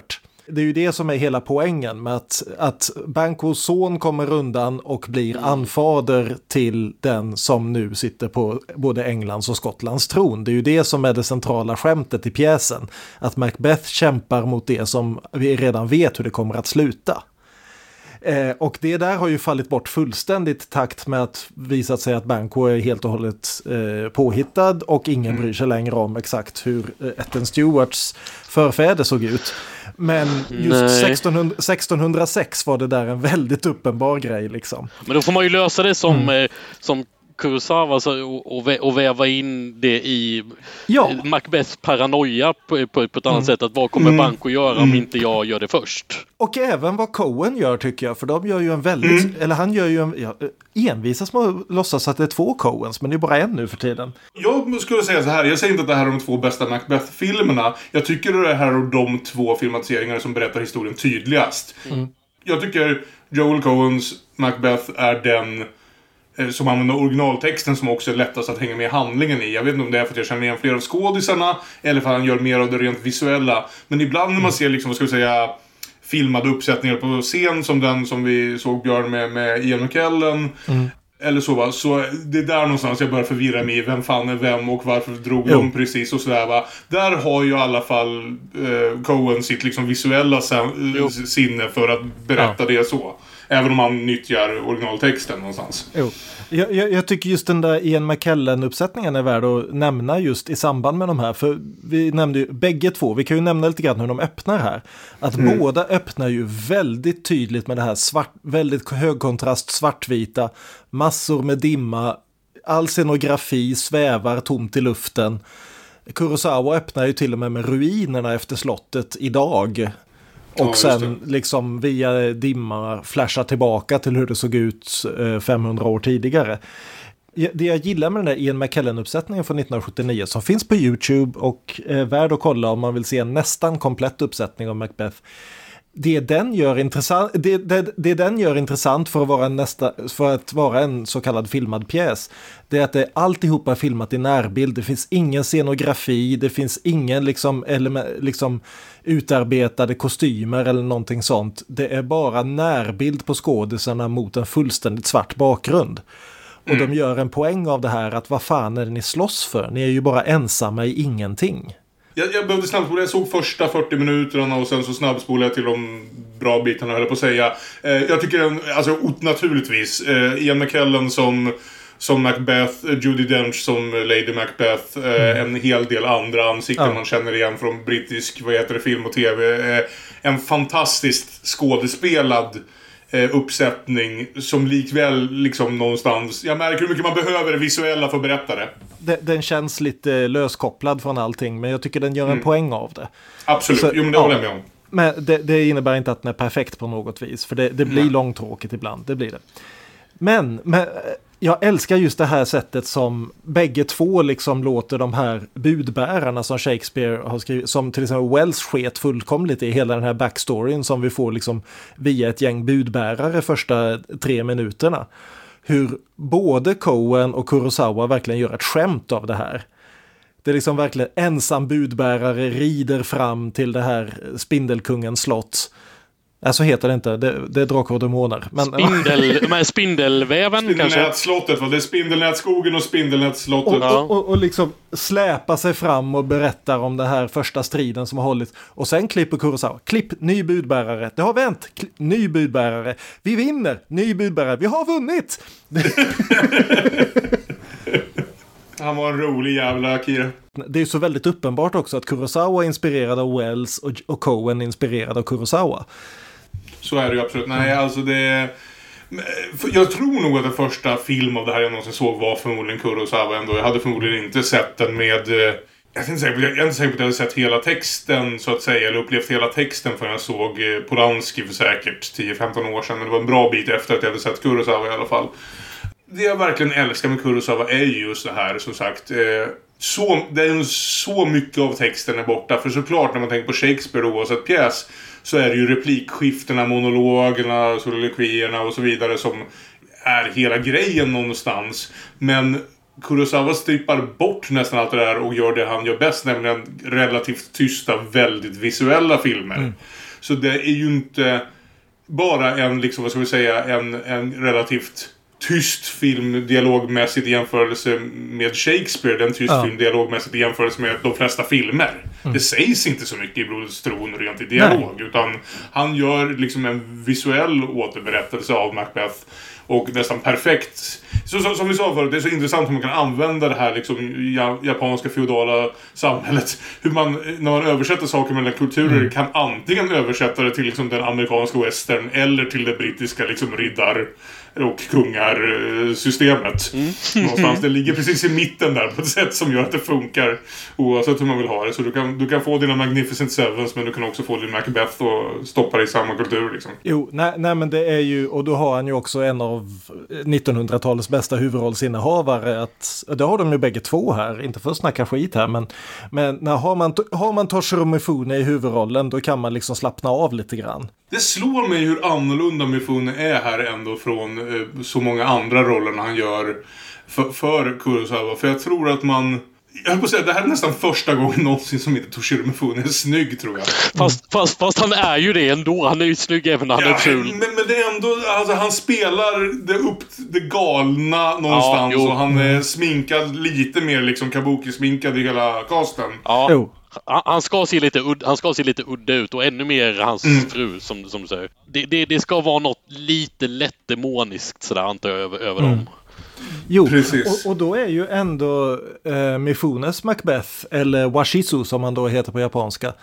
Det är ju det som är hela poängen med att Bancos son kommer undan och blir anfader till den som nu sitter på både Englands och Skottlands tron. Det är ju det som är det centrala skämtet i pjäsen. Att Macbeth kämpar mot det som vi redan vet hur det kommer att sluta. Och det där har ju fallit bort fullständigt i takt med att visat sig att Banquo är helt och hållet påhittad och ingen bryr sig längre om exakt hur ätten Stuarts förfäder såg ut. Men just 1606 var det där en väldigt uppenbar grej liksom. Men då får man ju lösa det som Kurosawa och väva in det i Macbeths paranoia på ett annat sätt. Att vad kommer Banco göra om inte jag gör det först? Och även vad Coen gör tycker jag. För de gör ju en väldigt... Eller han gör ju en... envisas med att låtsas att det är 2 Coens. Men det är bara en nu för tiden. Jag skulle säga så här. Jag säger inte att det här är de 2 bästa Macbeth-filmerna. Jag tycker det här är de 2 filmatiseringar som berättar historien tydligast. Jag tycker Joel Coens Macbeth är den... som använder originaltexten som också är lättast att hänga med i handlingen i. Jag vet inte om det är för att jag känner igen fler av skådisarna eller för att han gör mer av det rent visuella. Men ibland när man ser liksom, vad ska vi säga, filmade uppsättningar på scen som den som vi såg Björn med Ian McKellen eller så, va? Så det är där någonstans jag börjar förvirra mig i vem fan är vem och varför drog de precis och sådär, va? Där har ju i alla fall Coen sitt liksom visuella sinne för att berätta det så. Även om man nyttjar originaltexten någonstans. Jo. Jag tycker just den där Ian McKellen-uppsättningen är värd att nämna just i samband med de här. För vi nämnde ju bägge 2. Vi kan ju nämna lite grann hur de öppnar här. Att båda öppnar ju väldigt tydligt med det här väldigt högkontrast svartvita. Massor med dimma. All scenografi svävar tomt i luften. Kurosawa öppnar ju till och med ruinerna efter slottet idag. Och sen liksom via dimma flashar tillbaka till hur det såg ut 500 år tidigare. Det jag gillar med den där Ian McKellen-uppsättningen från 1979 som finns på YouTube och är värd att kolla om man vill se en nästan komplett uppsättning av Macbeth. Det den gör intressant för att vara en så kallad filmad pjäs, det är att det alltihopa är filmat i närbild. Det finns ingen scenografi, det finns ingen liksom utarbetade kostymer eller någonting sånt. Det är bara närbild på skådisarna mot en fullständigt svart bakgrund. Och de gör en poäng av det här att vad fan är det ni slåss för? Ni är ju bara ensamma i ingenting. Jag behövde snabbspola. Jag såg första 40 minuterna och sen så snabbspolade jag till de bra bitarna, höll jag på att säga. Jag tycker naturligtvis Ian McKellen som Macbeth, Judi Dench som Lady Macbeth, en hel del andra ansikten man känner igen från brittisk, film och tv. En fantastiskt skådespelad uppsättning som likväl liksom någonstans, jag märker hur mycket man behöver det visuella för att berätta det. Den känns lite löskopplad från allting, men jag tycker den gör en poäng av det. Absolut, så, men det håller jag med om. Men det innebär inte att den är perfekt på något vis, för det blir långtråkigt ibland, det blir det. Men jag älskar just det här sättet som bägge 2 liksom låter de här budbärarna som Shakespeare har skrivit, som till exempel Wells sket fullkomligt i hela den här backstoryn som vi får liksom via ett gäng budbärare första 3 minuterna. Hur både Coen och Kurosawa verkligen gör ett skämt av det här. Det är liksom verkligen ensam budbärare rider fram till det här Spindelkungens slott. Så heter det inte, det är drakar och demoner. Spindelväven kanske? Spindelnätslottet, va? Det är Spindelnätskogen och Spindelnätslottet. Och liksom släpa sig fram och berättar om den här första striden som har hållits. Och sen klipper Kurosawa. Klipp, ny budbärare. Det har vänt. Ny budbärare. Vi vinner. Ny budbärare. Vi har vunnit! Han var en rolig jävla Akira. Det är så väldigt uppenbart också att Kurosawa är inspirerad av Wells och Coen är inspirerad av Kurosawa. Så är det ju absolut. Nej, alltså det... Jag tror nog att den första film av det här jag någonsin såg var förmodligen Kurosawa ändå. Jag hade förmodligen inte sett den med... Jag är inte säker på att jag hade sett hela texten så att säga, eller upplevt hela texten förrän jag såg Polanski för säkert 10-15 år sedan. Men det var en bra bit efter att jag hade sett Kurosawa i alla fall. Det jag verkligen älskar med Kurosawa är just det här, som sagt. Det är så mycket av texten är borta. För såklart när man tänker på Shakespeare oavsett pjäs så är det ju replikskiftena, monologerna, soliloquierna och så vidare som är hela grejen någonstans. Men Kurosawa strippar bort nästan allt det där och gör det han gör bäst, nämligen relativt tysta, väldigt visuella filmer. Så det är ju inte bara en, liksom, vad ska vi säga, en relativt tyst film dialogmässigt i jämförelse med Shakespeare. Den tyst film dialogmässigt i jämförelse med de flesta filmer. Det sägs inte så mycket i Blodets tron rent i dialog. Utan han gör liksom en visuell återberättelse av Macbeth. Och nästan perfekt. Så som vi sa förut, det är så intressant hur man kan använda det här liksom, japanska feodala samhället. Hur man, när man översätter saker mellan kulturer, kan antingen översätta det till liksom, den amerikanska western eller till det brittiska liksom, riddar- och kungarsystemet. Någonstans, det ligger precis i mitten där på ett sätt som gör att det funkar oavsett hur man vill ha det. Så du kan få dina Magnificent Sevens, men du kan också få din Macbeth och stoppa det i samma kultur liksom. Jo, nej men det är ju, och då har han ju också en av 1900-talets bästa huvudrollsinnehavare, det har de ju bägge två här, inte för att snacka skit här, men när har man Toshiro Mifune i huvudrollen, då kan man liksom slappna av lite grann. Det slår mig hur annorlunda Mifune är här ändå från så många andra roller han gör för Kurosawa. För jag tror att jag höll på att säga, det här är nästan första gången någonsin som inte Toshiro Mifune är snygg, tror jag. Fast han är ju det ändå. Han är ju snygg även när han är ful. Men det är ändå, alltså, han spelar det galna någonstans. Och han är sminkad lite mer liksom kabuki-sminkad i hela casten. Ja. Jo. Han ska se lite udda ut, och ännu mer hans fru, som du säger. Det ska vara något lite lätt demoniskt sådär, antar jag, över dem. Jo, och då är ju ändå Mifunes Macbeth, eller Washizu som han då heter på japanska,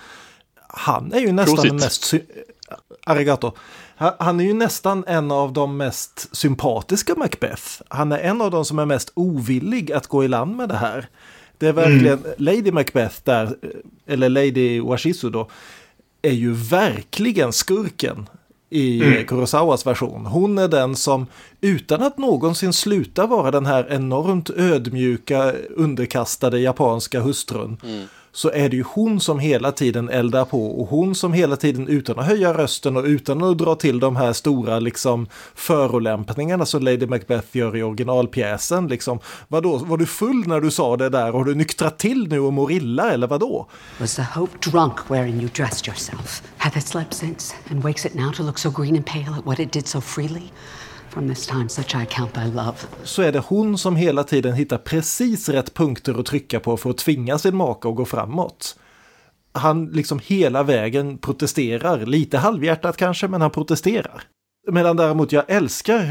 han är ju nästan den mest arigato. Han är ju nästan en av de mest sympatiska Macbeth. Han är en av de som är mest ovillig att gå i land med det här. Det är verkligen Lady Macbeth där, eller Lady Washizu då, är ju verkligen skurken i Kurosawas version. Hon är den som, utan att någonsin sluta vara den här enormt ödmjuka, underkastade japanska hustrun, så är det ju hon som hela tiden eldar på, och hon som hela tiden, utan att höja rösten och utan att dra till de här stora liksom förolämpningarna som Lady Macbeth gör i originalpjäsen. Liksom, vadå, var du full när du sa det där? Har du nyktrat till nu och mår illa, eller vadå? Was the Hope drunk wherein you dressed yourself? Hath it slept since, and wakes it now to look so green and pale at what it did so freely? From this time such I count thy love. Så är det hon som hela tiden hittar precis rätt punkter att trycka på för att tvinga sin maka att gå framåt. Han liksom hela vägen protesterar, lite halvhjärtat kanske, men han protesterar. Medan däremot jag älskar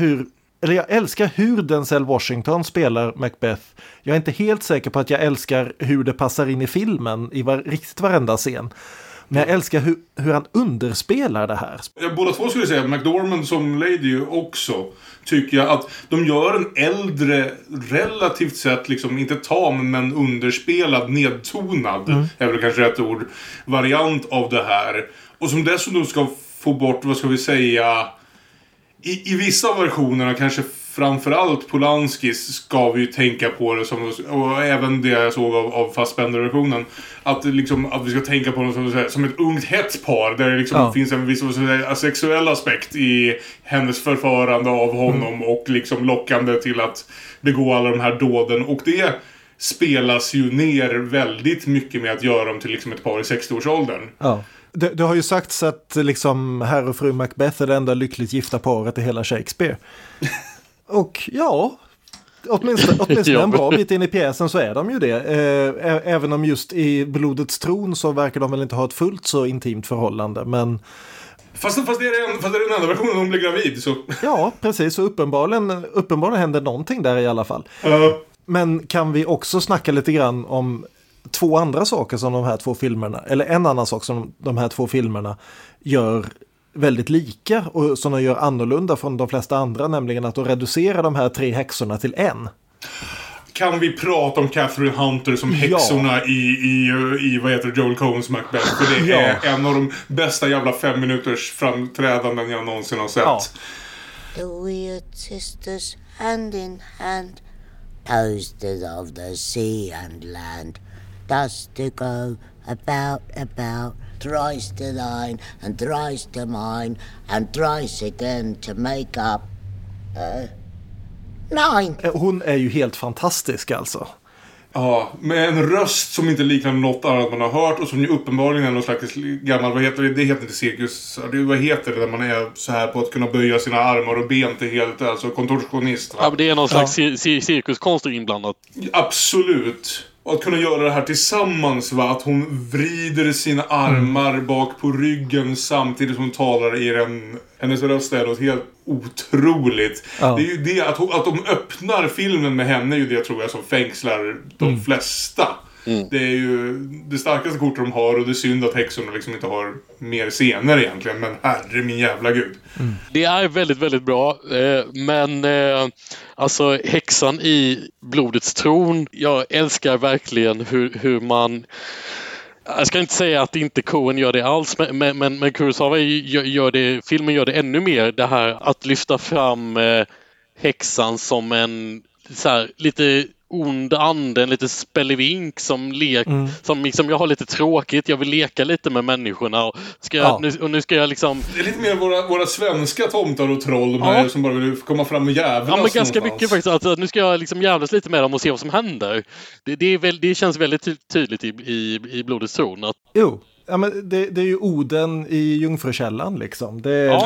hur Denzel Washington spelar Macbeth. Jag är inte helt säker på att jag älskar hur det passar in i filmen i riktigt varenda scen. Men jag älskar hur han underspelar det här. Båda två skulle säga, McDormand som Lady också, tycker jag att de gör en äldre, relativt sett liksom, inte tam men underspelad, nedtonad, är väl kanske rätt ord, variant av det här. Och som dessutom ska få bort, vad ska vi säga, i vissa versionerna, kanske framförallt Polanskis, ska vi ju tänka på det som, och även det jag såg av Fassbender-versionen, att vi ska tänka på det som ett ungt hett par, där det liksom finns en viss sexuell aspekt i hennes förförande av honom och liksom lockande till att begå alla de här dåden, och det spelas ju ner väldigt mycket med att göra dem till liksom ett par i 60-årsåldern. Ja. Det har ju sagts att liksom herr och fru Macbeth är det enda lyckligt gifta paret i hela Shakespeare. Och ja, åtminstone en bra bit in i pjäsen så är de ju det. Även om just i Blodets tron så verkar de väl inte ha ett fullt så intimt förhållande. Men... Fast det är den enda versionen de blir gravid. Så. Ja, precis. Så uppenbarligen händer någonting där i alla fall. Men kan vi också snacka lite grann om två andra saker som de här två filmerna, eller en annan sak som de här två filmerna gör väldigt lika och som de gör annorlunda från de flesta andra, nämligen att de reducerar de här 3 häxorna till en. Kan vi prata om Catherine Hunter som häxorna i vad heter Joel Coens Macbeth? För det är en av de bästa jävla 5 minuters framträdanden jag någonsin har sett. Ja. The weird sisters hand in hand, toasters of the sea and land, dust to go about, thrice to thine, and thrice to mine, and thrice again to make up 9. Hon är ju helt fantastisk alltså. Ja, med en röst som inte liknar något annat man har hört och som ju uppenbarligen är någon slags gammal, vad heter det? Det heter inte cirkus. Vad heter det där man är så här på att kunna böja sina armar och ben till helt, alltså kontorsionist, va? Ja, men det är någon slags cirkuskonster inblandat. Absolut. Och att kunna göra det här tillsammans, va? Att hon vrider sina armar bak på ryggen samtidigt som hon talar i hennes röst är något helt otroligt. Ja. Det är ju det, att de öppnar filmen med henne är ju det, tror jag, som fängslar de flesta. Det är ju det starkaste kortet de har, och det är synd att häxorna liksom inte har mer scener egentligen, men herre min jävla gud. Det är väldigt, väldigt bra, men alltså häxan i Blodets tron, jag älskar verkligen hur man, jag ska inte säga att inte Coen gör det alls, men Kurosawa filmen gör det ännu mer, det här att lyfta fram häxan som en så här, lite ond ande, en lite spelevink som liksom, jag har lite tråkigt, jag vill leka lite med människorna och nu ska jag liksom... Det är lite mer våra svenska tomtar och troll, de här som bara vill komma fram och jävlas. Ja, men ganska mycket faktiskt. Alltså, nu ska jag liksom jävlas lite med dem och se vad som händer. Det känns väldigt tydligt i Blodets tron att... Jo. Ja, men det är ju Oden i Jungfrukällan liksom. Det är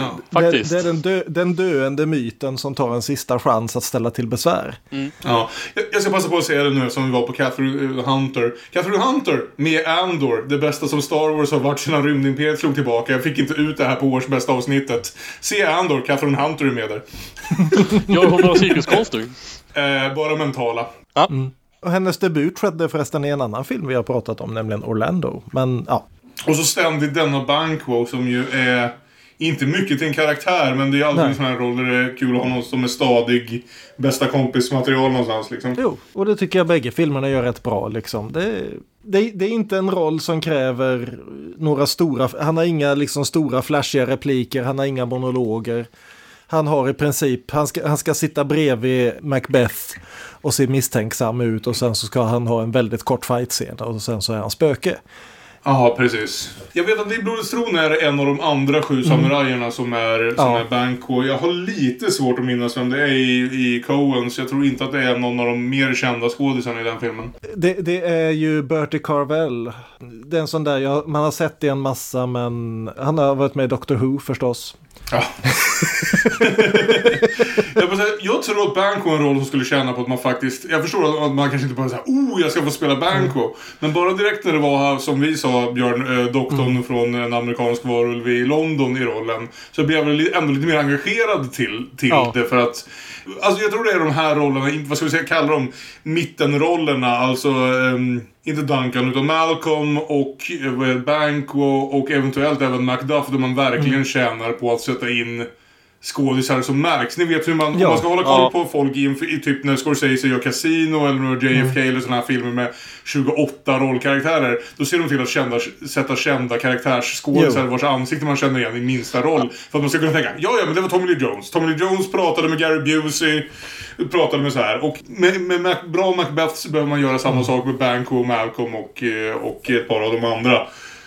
den döende myten som tar en sista chans att ställa till besvär. Ja, jag ska passa på att säga det nu som vi var på Catherine Hunter. Catherine Hunter med Andor, det bästa som Star Wars har varit sedan Rymdimperiet slog tillbaka. Jag fick inte ut det här på års bästa avsnittet. Se Andor, Catherine Hunter är med där. Gör hon några cirkuskonster? Bara mentala. Ja. Och hennes debut skedde förresten i en annan film vi har pratat om, nämligen Orlando. Men ja. Och så ständigt denna Banquo som ju är inte mycket till en karaktär, men det är alltid en sån här roll där det är kul att ha någon som är stadig, bästa kompismaterial någonstans liksom. Jo, och det tycker jag bägge filmerna gör rätt bra liksom. Det är inte en roll som kräver några stora, han har inga liksom stora flashiga repliker, han har inga monologer. Han har i princip, han ska sitta bredvid Macbeth och se misstänksam ut, och sen så ska han ha en väldigt kort fight-scen och sen så är han spöke. Ja, precis. Jag vet att i Blodets tron är en av de andra 7 samurajerna som är Banquo. Jag har lite svårt att minnas vem det är i Coens. Jag tror inte att det är någon av de mer kända skådisarna i den filmen. Det är ju Bertie Carvel. Det är en sån där, man har sett det en massa, men han har varit med i Doctor Who förstås. Ja. Jag tror att Banquo är en roll som skulle tjäna på att man faktiskt... Jag förstår att man kanske inte bara säger jag ska få spela Banquo. Men bara direkt när det var, som vi sa, Björn, doktorn från en amerikansk varulv i London i rollen, så blev jag ändå lite mer engagerad till det, för att... Alltså jag tror det är de här rollerna, vad ska vi säga, kallar dem mittenrollerna, alltså inte Duncan utan Malcolm och Banquo och eventuellt även Macduff, där man verkligen tjänar på att sätta in skådisar som märks. Ni vet hur man, om man ska hålla koll på folk i typ när Scorsese gör Casino eller JFK eller sådana här filmer med 28 rollkaraktärer, då ser de till att sätta kända karaktärsskådisar vars ansikte man känner igen i minsta roll, för att man ska kunna tänka, men det var Tommy Lee Jones. Tommy Lee Jones pratade med Gary Busey, pratade med så här, och med bra Macbeth så behöver man göra samma sak med Banquo, Malcolm och ett par av de andra.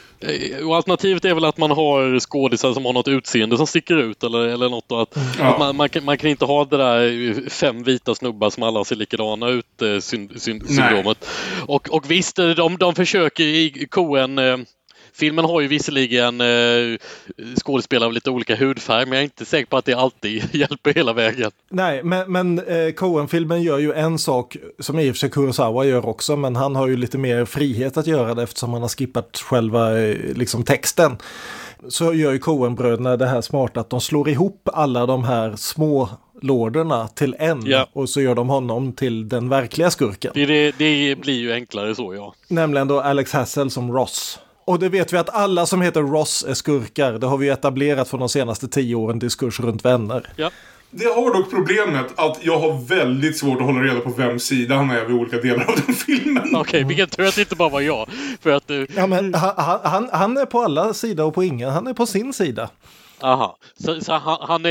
Och alternativet är väl att man har skådisar som har något utseende som sticker ut eller något, och att man kan inte ha det där 5 vita snubbar som alla ser likadana ut syndromet. Och visst, de försöker i Coen. Filmen har ju visserligen skådespelare av lite olika hudfärg, men jag är inte säker på att det alltid hjälper hela vägen. Nej, men Coen-filmen gör ju en sak som i och för sig Kurosawa gör också, men han har ju lite mer frihet att göra det eftersom han har skippat själva liksom texten. Så gör ju Coen-bröderna det här smart att de slår ihop alla de här små lorderna till en, och så gör de honom till den verkliga skurken. Det blir ju enklare så, ja. Nämligen då Alex Hassel som Ross. Och det vet vi att alla som heter Ross är skurkar. Det har vi etablerat för de senaste 10 åren, diskurs runt vänner. Ja. Det har dock problemet att jag har väldigt svårt att hålla reda på vem sida han är vid olika delar av den filmen. Okej, vilken tur att det inte bara var jag. För att, ja, men han är på alla sidor och på ingen. Han är på sin sida. Aha, så han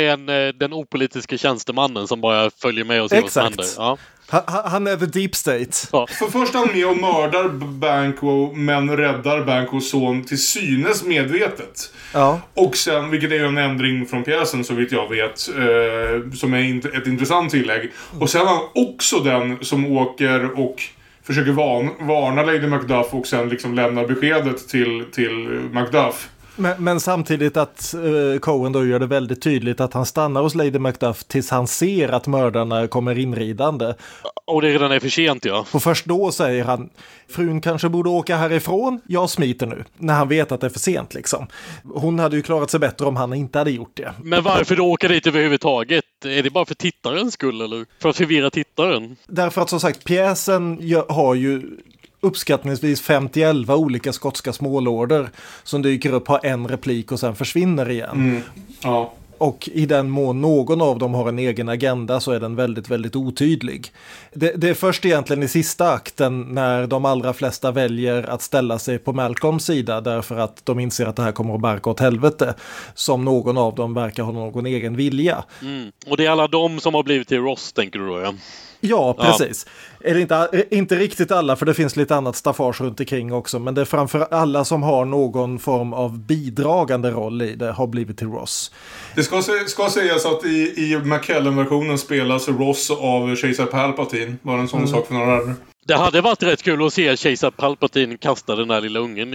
är den opolitiska tjänstemannen som bara följer med och ser vad som händer. Ja. Han är the deep state. Ja. För först är han med och mördar Banquo, men räddar Banquos son till synes medvetet. Ja. Och sen, vilket är en ändring från pjäsen så vitt jag vet, som är ett intressant tillägg. Och sen är han också den som åker och försöker varna Lady Macduff och sen liksom lämnar beskedet till Macduff. Men samtidigt att Coen då gör det väldigt tydligt att han stannar hos Lady Macduff tills han ser att mördarna kommer inridande. Och det redan är för sent, ja. Och först då säger han, frun kanske borde åka härifrån, jag smiter nu. När han vet att det är för sent liksom. Hon hade ju klarat sig bättre om han inte hade gjort det. Men varför då åka dit överhuvudtaget? Är det bara för tittarens skull eller? För att förvirra tittaren? Därför att som sagt, pjäsen har ju uppskattningsvis 50-11 olika skotska smålorder som dyker upp, har en replik och sen försvinner igen. Ja. Och i den mån någon av dem har en egen agenda så är den väldigt, väldigt otydlig. Det är först egentligen i sista akten när de allra flesta väljer att ställa sig på Malcolms sida därför att de inser att det här kommer att barka åt helvete, som någon av dem verkar ha någon egen vilja. Och det är alla de som har blivit till Ross, tänker du då, ja? Ja, precis. Ja. Är det inte riktigt alla, för det finns lite annat staffage runt omkring också, men det är framför alla som har någon form av bidragande roll i det har blivit till Ross. Det ska sägas att i McKellen-versionen spelas Ross av Kejsar Palpatine. Var en sån sak för några år. Det hade varit rätt kul att se Kejsar Palpatine kasta den där lilla ungen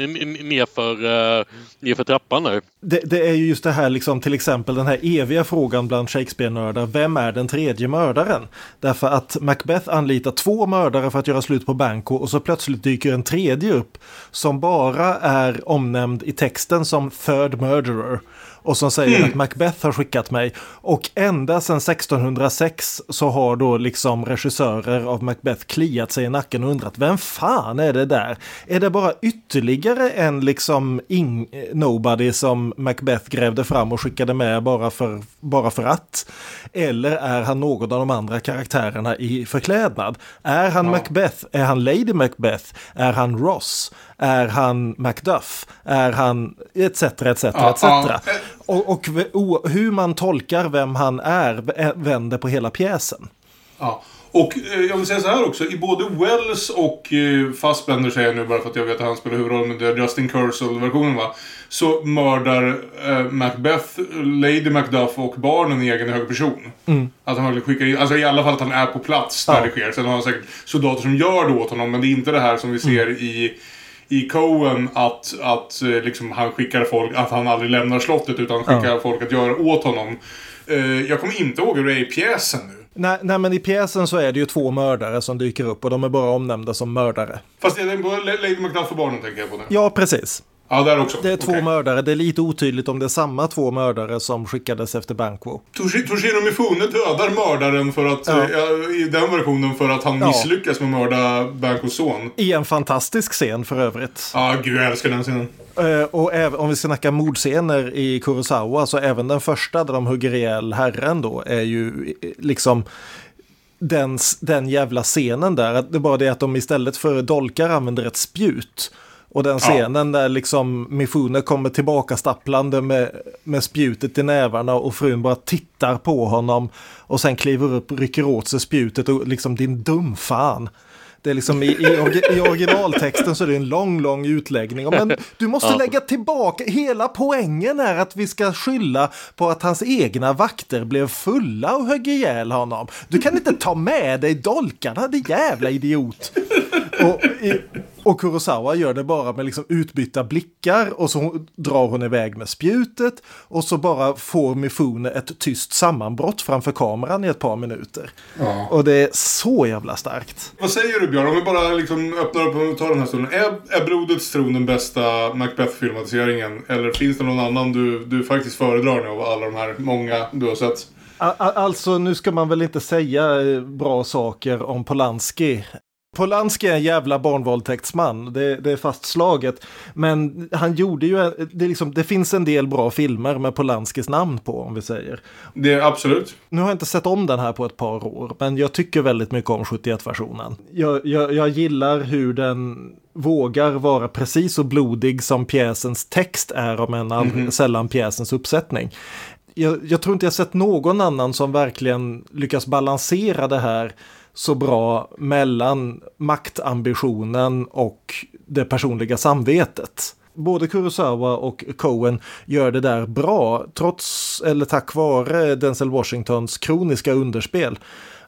nerför trappan nu. Det är ju just det här, liksom, till exempel den här eviga frågan bland Shakespeare-nördar. Vem är den tredje mördaren? Därför att Macbeth anlitar 2 mördare för att göra slut på Banquo och så plötsligt dyker en tredje upp som bara är omnämnd i texten som third murderer. Och som säger att Macbeth har skickat mig. Och ända sedan 1606 så har då liksom regissörer av Macbeth kliat sig i nacken och undrat, vem fan är det där? Är det bara ytterligare en liksom nobody som Macbeth grävde fram och skickade med bara för att? Eller är han någon av de andra karaktärerna i förklädnad? Är han Macbeth? Är han Lady Macbeth? Är han Ross? Är han Macduff? Är han etc. Och hur man tolkar vem han är vänder på hela pjäsen. Ja. Och jag vill säga så här också, i både Wells och Fassbender, säger jag nu bara för att jag vet att han spelar huvudrollen med Justin Kurzel-versionen, va? Så mördar Macbeth, Lady Macduff och barnen i egen hög person. Att han skickar in, alltså i alla fall att han är på plats när det sker. Sen har han säkert soldater som gör det åt honom, men det är inte det här som vi ser i Coen att liksom han skickar folk, att han aldrig lämnar slottet utan skickar folk att göra åt honom. Jag kommer inte ihåg hur det är i pjäsen nu. Nej, men i pjäsen så är det ju 2 mördare som dyker upp och de är bara omnämnda som mördare. Fast det är Lady Macduff för barnen, tänker jag på nu. Ja, precis. Ja, där också. Det är 2 mördare. Det är lite otydligt om det är samma 2 mördare som skickades efter Banquo. Toshiro Mifune dödar mördaren för att, i den versionen, för att han misslyckas med att mörda Banquos son. I en fantastisk scen för övrigt. Ja, gud, jag älskar den scenen. Och även, om vi ska snacka mordscener i Kurosawa, så även den första där de hugger ihjäl herren då är ju liksom den jävla scenen där. Det är bara det att de istället för dolkar använder ett spjut. Och den scenen där liksom Mifune kommer tillbaka stapplande med spjutet i nävarna och frun bara tittar på honom och sen kliver upp, rycker åt sig spjutet och liksom, din dum fan. Det är liksom i originaltexten så är det en lång utläggning. Men du måste lägga tillbaka. Hela poängen är att vi ska skylla på att hans egna vakter blev fulla och högg ihjäl honom. Du kan inte ta med dig dolkarna, det jävla idiot. Och Kurosawa gör det bara med liksom utbytta blickar och så drar hon iväg med spjutet och så bara får Mifune ett tyst sammanbrott framför kameran i ett par minuter. Ja. Och det är så jävla starkt. Vad säger du, Björn? Om vi bara liksom öppnar upp och tar den här stunden. Är Brodets tron den bästa Macbeth-filmatiseringen? Eller finns det någon annan du faktiskt föredrar nu av alla de här många du har sett? Alltså, nu ska man väl inte säga bra saker om Polanski. Polanski är en jävla barnvåldtäktsman, det är fastslaget. Men han gjorde ju, det finns en del bra filmer med Polanskis namn på, om vi säger. Det är absolut. Nu har jag inte sett om den här på ett par år, men jag tycker väldigt mycket om 71-versionen. Jag gillar hur den vågar vara precis så blodig som pjäsens text är, om en sällan pjäsens uppsättning. Jag tror inte jag sett någon annan som verkligen lyckas balansera det här så bra mellan maktambitionen och det personliga samvetet. Både Kurosawa och Coen gör det där bra, trots eller tack vare Denzel Washingtons kroniska underspel.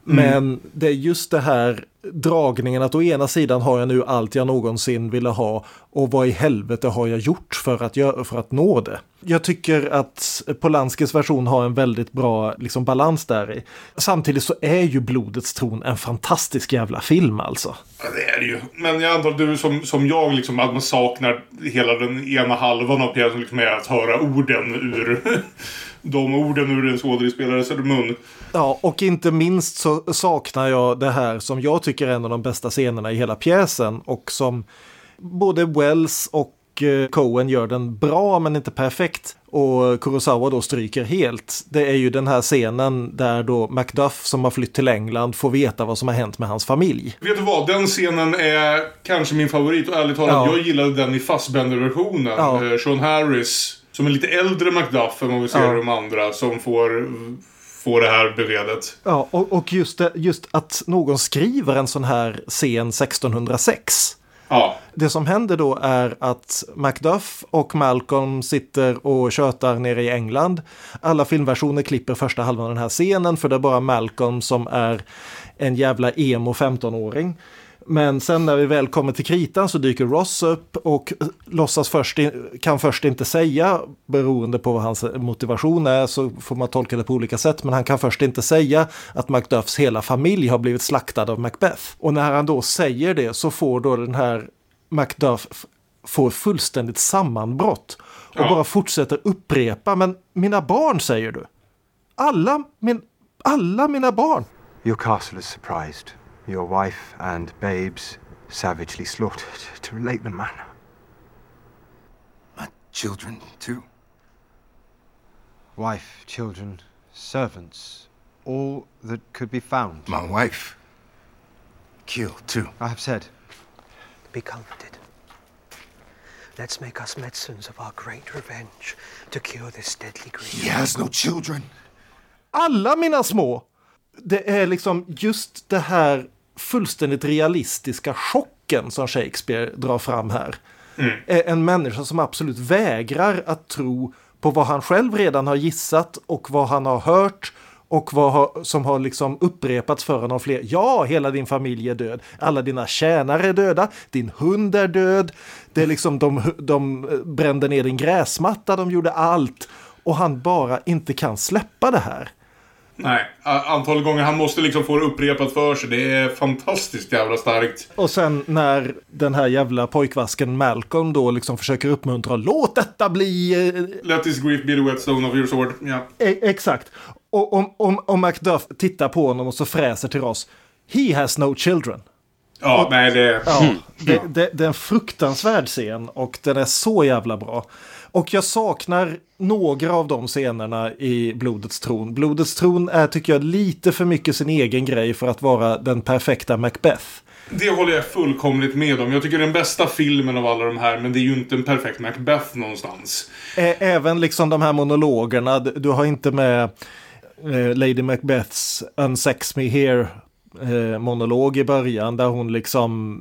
Men det är just det här dragningen att å ena sidan har jag nu allt jag någonsin ville ha och vad i helvete har jag gjort för att nå det. Jag tycker att Polanskis version har en väldigt bra liksom, balans där i. Samtidigt så är ju Blodets tron en fantastisk jävla film alltså. Ja, det är det ju. Men jag antar att du som jag liksom, att man saknar hela den ena halvan av pjäsen liksom, är att höra orden ur de orden ur en skådespelares mun. Ja, och inte minst så saknar jag det här som jag tycker är en av de bästa scenerna i hela pjäsen och som både Wells och Coen gör den bra men inte perfekt och Kurosawa då stryker helt. Det är ju den här scenen där då Macduff som har flytt till England får veta vad som har hänt med hans familj. Vet du vad? Den scenen är kanske min favorit och ärligt talat, jag gillade den i Fassbender-versionen. Sean Harris som är lite äldre Macduff än vad vi ser de andra som får det här beskedet. Ja, och just att någon skriver en sån här scen 1606. Ja. Det som händer då är att Macduff och Malcolm sitter och tjötar nere i England. Alla filmversioner klipper första halvan av den här scenen för det är bara Malcolm som är en jävla emo 15-åring. Men sen när vi väl kommer till kritan så dyker Ross upp och kan först inte säga, beroende på vad hans motivation är så får man tolka det på olika sätt, men han kan först inte säga att Macduffs hela familj har blivit slaktad av Macbeth. Och när han då säger det så får då den här Macduff får fullständigt sammanbrott och bara fortsätter upprepa, men mina barn säger du. Alla mina barn. Your castle is surprised. Your wife and babes savagely slaughtered to relate the manner. My children, too. Wife, children, servants, all that could be found. My wife killed, too. I have said. Be comforted. Let's make us medicines of our great revenge to cure this deadly grief. He has no children. Alla mina små. Det är liksom just det här fullständigt realistiska chocken som Shakespeare drar fram här. En människa som absolut vägrar att tro på vad han själv redan har gissat och vad han har hört och som har liksom upprepats för honom fler. Ja, hela din familj är död. Alla dina tjänare är döda. Din hund är död. Det är liksom de brände ner din gräsmatta. De gjorde allt. Och han bara inte kan släppa det här. Nej, antal gånger han måste liksom få det upprepat för sig. Det är fantastiskt jävla starkt. Och sen när den här jävla pojkvasken Malcolm då liksom försöker uppmuntra, låt detta bli... Let this grief be the whetstone of your sword. Ja. Exakt. Och om Macduff tittar på honom och så fräser till oss, he has no children. Ja, och, nej det... Det är en fruktansvärd scen och den är så jävla bra. Och jag saknar några av de scenerna i Blodets tron. Blodets tron är, tycker jag, lite för mycket sin egen grej för att vara den perfekta Macbeth. Det håller jag fullkomligt med om. Jag tycker det är den bästa filmen av alla de här, men det är ju inte en perfekt Macbeth någonstans. Även liksom de här monologerna. Du har inte med Lady Macbeths Unsex Me Here monolog i början där hon liksom,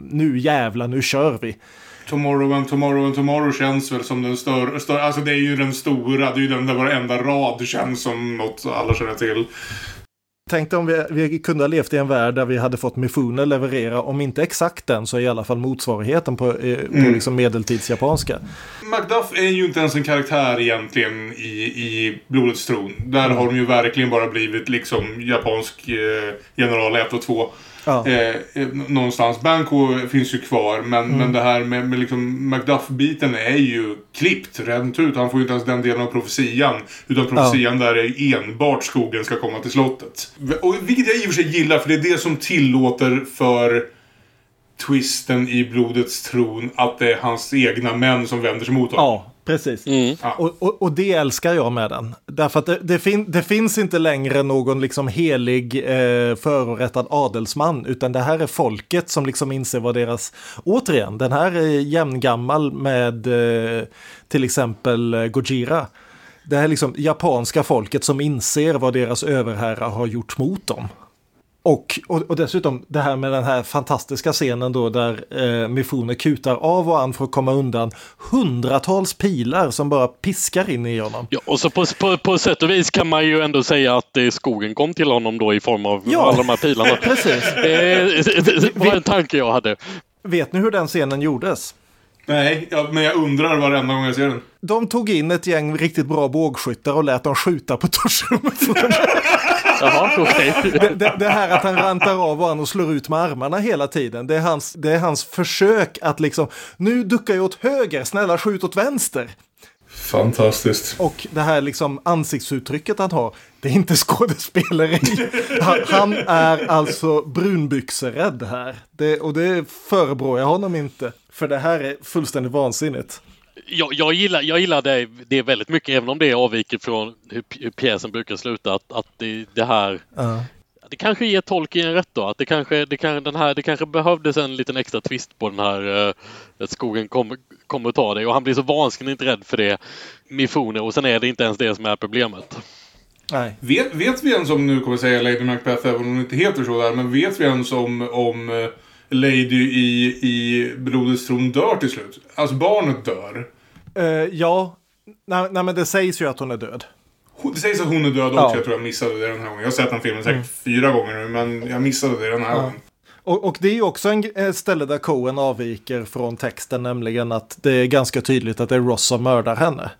nu kör vi. Tomorrow and tomorrow and tomorrow känns väl som den större, alltså det är ju den stora, det är ju den där varenda rad känns som något alla känner till. Tänkte om vi kunde ha levt i en värld där vi hade fått Mifune leverera, om inte exakt den så i alla fall motsvarigheten på liksom medeltidsjapanska. Macduff är ju inte ens en karaktär egentligen i Blodets tron. Där har de ju verkligen bara blivit liksom japansk general 1 och 2. Ja. Någonstans. Banco finns ju kvar, men det här med liksom Macduff-biten är ju klippt rent ut. Han får ju inte ens den delen av profetian, utan profetian där är enbart skogen ska komma till slottet. Och vilket jag i och för sig gillar, för det är det som tillåter för twisten i Blodets tron att det är hans egna män som vänder sig mot honom. Ja, precis. Ja. Och det älskar jag med den. Därför att det finns inte längre någon liksom helig förorättad adelsman, utan det här är folket som liksom inser vad deras... Återigen, den här är jämngammal med till exempel Gojira. Det här är liksom japanska folket som inser vad deras överherrar har gjort mot dem. Och dessutom det här med den här fantastiska scenen då där Mifune kutar av och an för att komma undan hundratals pilar som bara piskar in i honom. Ja, och så på sätt och vis kan man ju ändå säga att skogen kom till honom då i form av alla de här pilarna. Precis. Det var en tanke jag hade. Vet ni hur den scenen gjordes? Nej, men jag undrar varenda gång jag ser den. De tog in ett gäng riktigt bra bågskyttar och lät dem skjuta på duschrummet. Jaha, okej. Det här att han rantar av och slår ut med armarna hela tiden. Det är hans försök att liksom, nu duckar jag åt höger, snälla skjut åt vänster. Fantastiskt. Och det här liksom ansiktsuttrycket han har, det är inte skådespeleri. Han är alltså brunbyxerädd här. Och det förebrår jag honom inte. För det här är fullständigt vansinnigt. Jag gillar det väldigt mycket, även om det avviker från hur pjäsen brukar sluta. Att det här... Det kanske ger Tolkien rätt då. Att det kanske behövdes en liten extra twist på den här att skogen kommer att ta det. Och han blir så vansinnigt rädd för det, Mifune. Och sen är det inte ens det som är problemet. Nej. Vet vi ens om, nu kommer jag säga Lady Macbeth, även om hon inte heter så där, men vet vi ens om Lady i Blodets tron dör till slut? Alltså barnet dör. Ja. Nej, men det sägs ju att hon är död. Det sägs att hon är död också, jag tror jag missade det den här gången. Jag har sett den filmen säkert 4 gånger nu, men jag missade det den här gången. Och det är ju också en ställe där Coen avviker från texten, nämligen att det är ganska tydligt att det är Ross som mördar henne.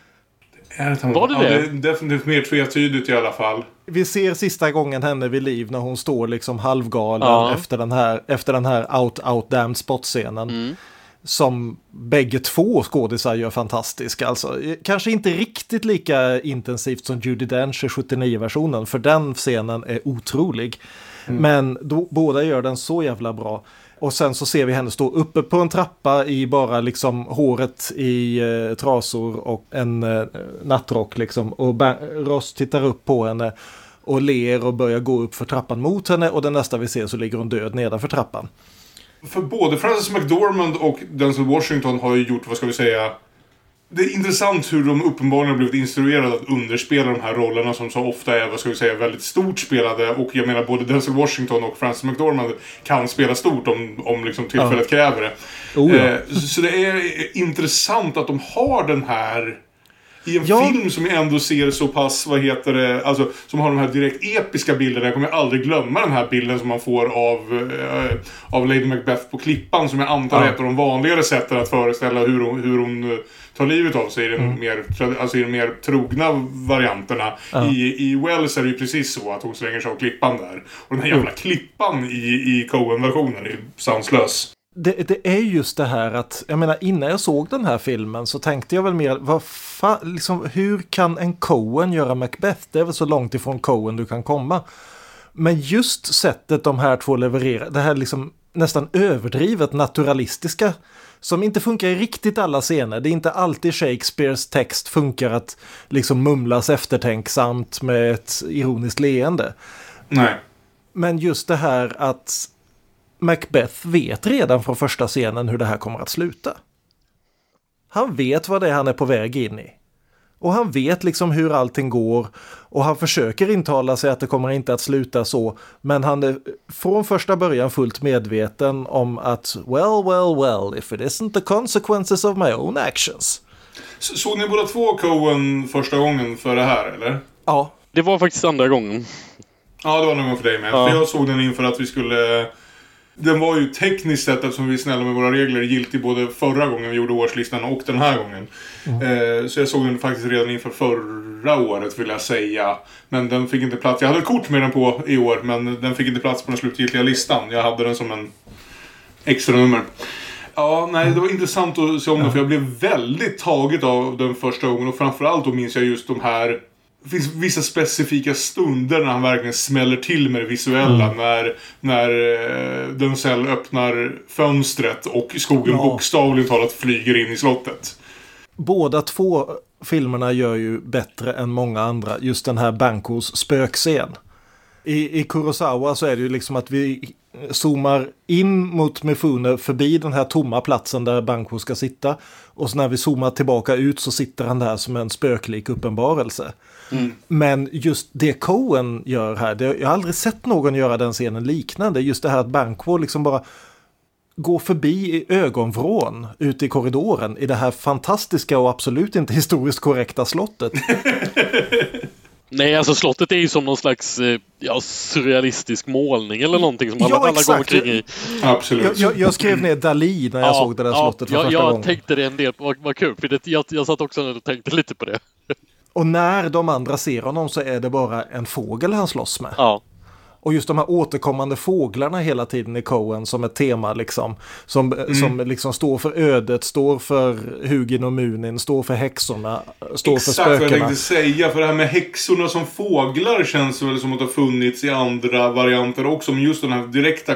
Var det det? Det är definitivt mer tvetydigt i alla fall. Vi ser sista gången henne vid liv när hon står liksom halvgalen efter den här out damned spot-scenen. Som bägge två skådisar gör fantastisk. Alltså, kanske inte riktigt lika intensivt som Judi Dench i 79-versionen, för den scenen är otrolig. Men båda gör den så jävla bra. Och sen så ser vi henne stå uppe på en trappa i bara liksom håret i trasor och en nattrock liksom. Och Ross tittar upp på henne och ler och börjar gå upp för trappan mot henne, och den nästa vi ser så ligger hon död nedanför trappan. För både Frances McDormand och Denzel Washington har ju gjort, vad ska vi säga... Det är intressant hur de uppenbarligen har blivit instruerade att underspela de här rollerna som så ofta är, vad ska vi säga, väldigt stort spelade. Och jag menar, både Denzel Washington och Frances McDormand kan spela stort om liksom tillfället kräver det. Så det är intressant att de har den här... I en film som jag ändå ser så pass, alltså som har de här direkt episka bilderna. Jag kommer aldrig glömma den här bilden som man får av Lady Macbeth på klippan, som jag antar är ett av de vanligare sätten att föreställa hur hon tar livet av sig i de mer trogna varianterna. I Wells är det ju precis så att hon slänger sig av klippan där. Och den här jävla klippan i Coen-versionen är sanslös. Det är just det här att, jag menar, innan jag såg den här filmen så tänkte jag väl mer, liksom, hur kan en Coen göra Macbeth? Det är väl så långt ifrån Coen du kan komma. Men just sättet de här två levererar, det här liksom nästan överdrivet naturalistiska, som inte funkar i riktigt alla scener. Det är inte alltid Shakespeares text funkar att liksom mumlas eftertänksamt med ett ironiskt leende. Nej. Men just det här att Macbeth vet redan från första scenen hur det här kommer att sluta. Han vet vad det är han är på väg in i. Och han vet liksom hur allting går. Och han försöker intala sig att det kommer inte att sluta så. Men han är från första början fullt medveten om att well, if it isn't the consequences of my own actions. Såg ni båda två Coen första gången för det här, eller? Ja. Det var faktiskt andra gången. Ja, det var någon gång för dig med. För jag såg den inför att vi skulle... Den var ju tekniskt sett, eftersom vi är snälla med våra regler, giltig både förra gången vi gjorde årslistan och den här gången. Så jag såg den faktiskt redan inför förra året, vill jag säga. Men den fick inte plats. Jag hade ett kort med den på i år, men den fick inte plats på den slutgiltiga listan. Jag hade den som en extra nummer. Ja, nej, det var intressant att se om den, för jag blev väldigt taget av den första gången. Och framförallt då minns jag just de här... Det finns vissa specifika stunder när han verkligen smäller till med det visuella. När Denzel öppnar fönstret och skogen bokstavligen talat flyger in i slottet. Båda två filmerna gör ju bättre än många andra just den här Bankos spökscen. I Kurosawa så är det ju liksom att zoomar in mot Mifune förbi den här tomma platsen där Banquo ska sitta. Och så när vi zoomar tillbaka ut så sitter han där som en spöklik uppenbarelse. Men just det Coen gör här, jag har aldrig sett någon göra den scenen liknande. Just det här att Banquo liksom bara går förbi i ögonvrån ute i korridoren i det här fantastiska och absolut inte historiskt korrekta slottet. Nej, alltså slottet är ju som någon slags surrealistisk målning eller någonting som alla går omkring i. Absolut. Jag skrev ner Dalí när jag såg det där slottet för första gången. Jag tänkte det en del, vad kul, för jag satt också och tänkte lite på det. Och när de andra ser honom så är det bara en fågel han slåss med. Ja. Och just de här återkommande fåglarna hela tiden i Coen som ett tema liksom. Som liksom står för ödet, står för Hugin och Munin, står för häxorna, står för spökena. Exakt vad jag tänkte säga, för det här med häxorna som fåglar känns väl som att det har funnits i andra varianter också. Men just den här direkta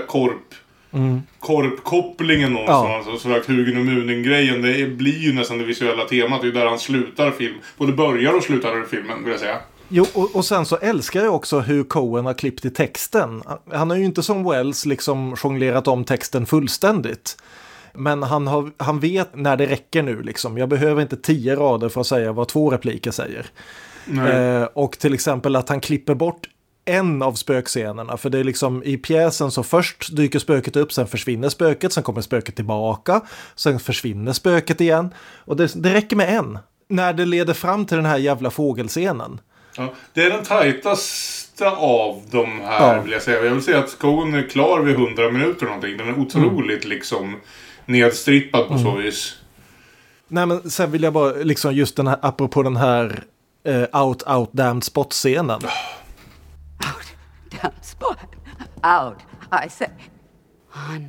korpkopplingen någonstans. Ja. Så att Hugin och Munin-grejen, det blir ju nästan det visuella temat. Det är där han slutar film. Både börjar och slutar filmen, vill jag säga. Jo, och sen så älskar jag också hur Coen har klippt i texten. Han har ju inte som Wells liksom jonglerat om texten fullständigt. Men han vet när det räcker nu liksom. Jag behöver inte 10 rader för att säga vad 2 repliker säger. Och till exempel att han klipper bort en av spökscenerna. För det är liksom i pjäsen så först dyker spöket upp, sen försvinner spöket, sen kommer spöket tillbaka, sen försvinner spöket igen. Och det räcker med en. När det leder fram till den här jävla fågelscenen. Ja, det är den tajtaste av de här vill jag säga. Jag vill säga att Coen är klar vid 100 minuter någonting. Den är otroligt liksom nedstrippad på så vis. Nej, men sen vill jag bara liksom just den här, apropå den här out damned spot-scenen. Out damned spot. Out, I say. 1,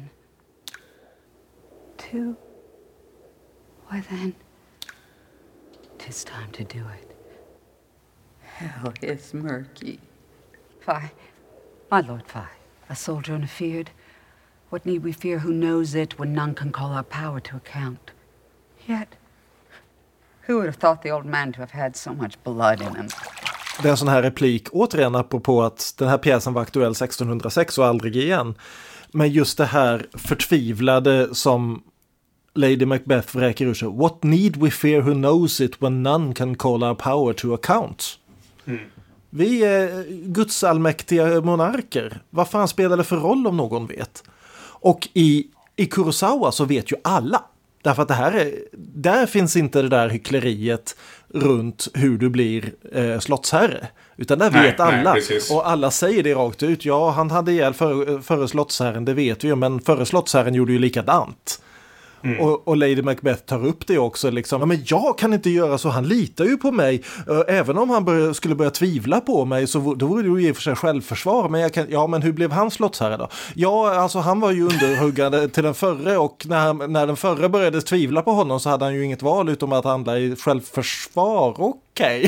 2. Why then? 'Tis time to do it. Hell is murky. Fie, my lord Fie, a soldier unfeared. What need we fear who knows it when none can call our power to account? Yet, who would have thought the old man to have had so much blood in him? Det är en sån här replik, återigen apropå att den här pjäsen var aktuell 1606 och aldrig igen. Men just det här förtvivlade som Lady Macbeth vräker ur sig. What need we fear who knows it when none can call our power to account? Vi är Guds allmäktiga monarker. Vad fan spelar det för roll om någon vet? Och i Kurosawa så vet ju alla. Därför att där finns inte det där hyckleriet runt hur du blir slottsherre. Utan där vet alla. Och alla säger det rakt ut. Ja, han hade ihjäl före slottsherren, det vet vi ju. Men före slottsherren gjorde ju likadant. Och Lady Macbeth tar upp det också liksom. Ja, men jag kan inte göra så, han litar ju på mig. Även om han skulle börja tvivla på mig så då vore det ju i och för sig självförsvar. Men men hur blev han slottsherre då? Ja, alltså han var ju underhuggande till den förre, och när den förre började tvivla på honom så hade han ju inget val utom att handla i självförsvar. Okej.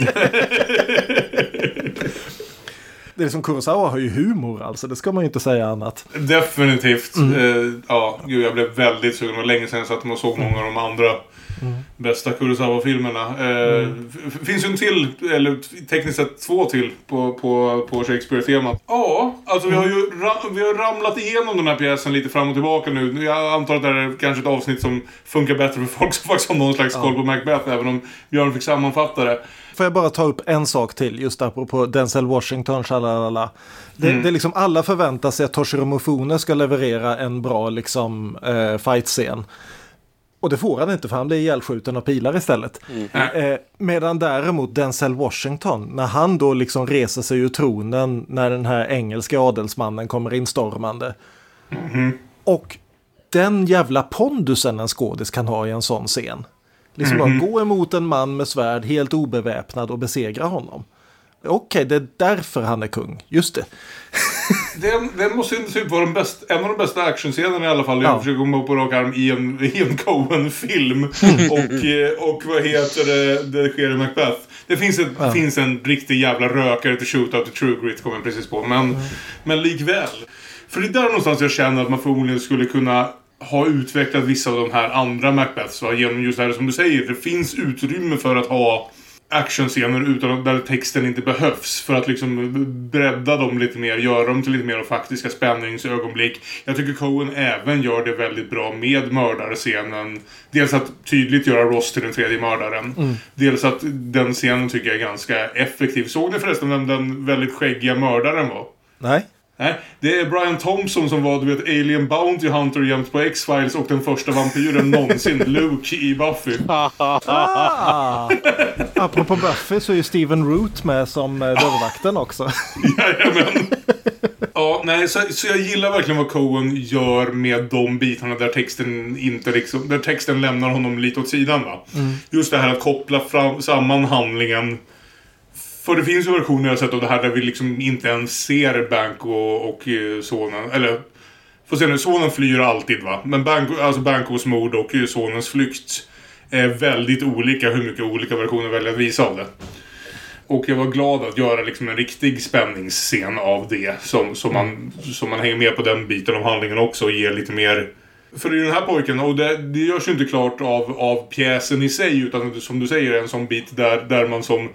Det är som Kurosawa har ju humor, alltså det ska man ju inte säga annat. Definitivt. Jag blev väldigt sugen. Det var länge sedan jag satt och såg många av de andra bästa Kurosawa-filmerna. Finns ju en till, eller tekniskt sett 2 till på Shakespeare-temat. Ja, alltså vi har ramlat igenom den här pjäsen lite fram och tillbaka nu. Jag antar att det är kanske ett avsnitt som funkar bättre för folk som faktiskt har någon slags koll på Macbeth, även om Björn fick sammanfatta det. Får jag bara ta upp en sak till just apropå Denzel Washington, shalalala. Det är liksom alla förväntar sig att Toshiro Mifune ska leverera en bra liksom fight-scen. Och det får han inte, för han blir ihjälskjuten av pilar istället. Medan däremot Denzel Washington, när han då liksom reser sig ur tronen när den här engelska adelsmannen kommer instormande. Och den jävla pondusen en skådis kan ha i en sån scen. Liksom bara gå emot en man med svärd helt obeväpnad och besegra honom. Okej, det är därför han är kung. Just det. Den måste inte typ vara en av de bästa actionscenerna i alla fall. Jag försöker komma upp på rak arm i en Coen-film. och vad heter det sker i Macbeth. Det finns en riktig jävla rökare till Shootout till True Grit, kommer jag precis på. Men likväl. För det är där någonstans jag känner att man förmodligen skulle kunna ha utvecklat vissa av de här andra Macbeths. Genom just det här som du säger. Det finns utrymme för att ha actionscener utan där texten inte behövs för att liksom bredda dem lite mer, göra dem till lite mer faktiska spänningsögonblick. Jag tycker Coen även gör det väldigt bra med mördarscenen. Dels att tydligt göra Ross till den tredje mördaren. Dels att den scenen tycker jag är ganska effektiv. Såg ni förresten vem den väldigt skäggiga mördaren var? Nej. Nej, det är Brian Thompson som var, du vet, Alien Bounty Hunter jämt på X-Files och den första vampyren någonsin, Luke i Buffy. Apropå Buffy så är ju Steven Root med som dörrvakten också. Jajamän. Ja, nej, så jag gillar verkligen vad Coen gör med de bitarna där texten inte liksom, där texten lämnar honom lite åt sidan, va? Just det här att koppla samman handlingen. För det finns ju versioner jag har sett av det här där vi liksom inte ens ser Banco och sonen. Eller, får se nu, sonen flyr alltid, va? Men Bancos mord och sonens flykt är väldigt olika, hur mycket olika versioner väljer att visa av det. Och jag var glad att göra liksom en riktig spänningsscen av det. Som man hänger med på den biten av handlingen också och ger lite mer. För i den här pojken, och det görs ju inte klart av pjäsen i sig, utan som du säger, en sån bit där man som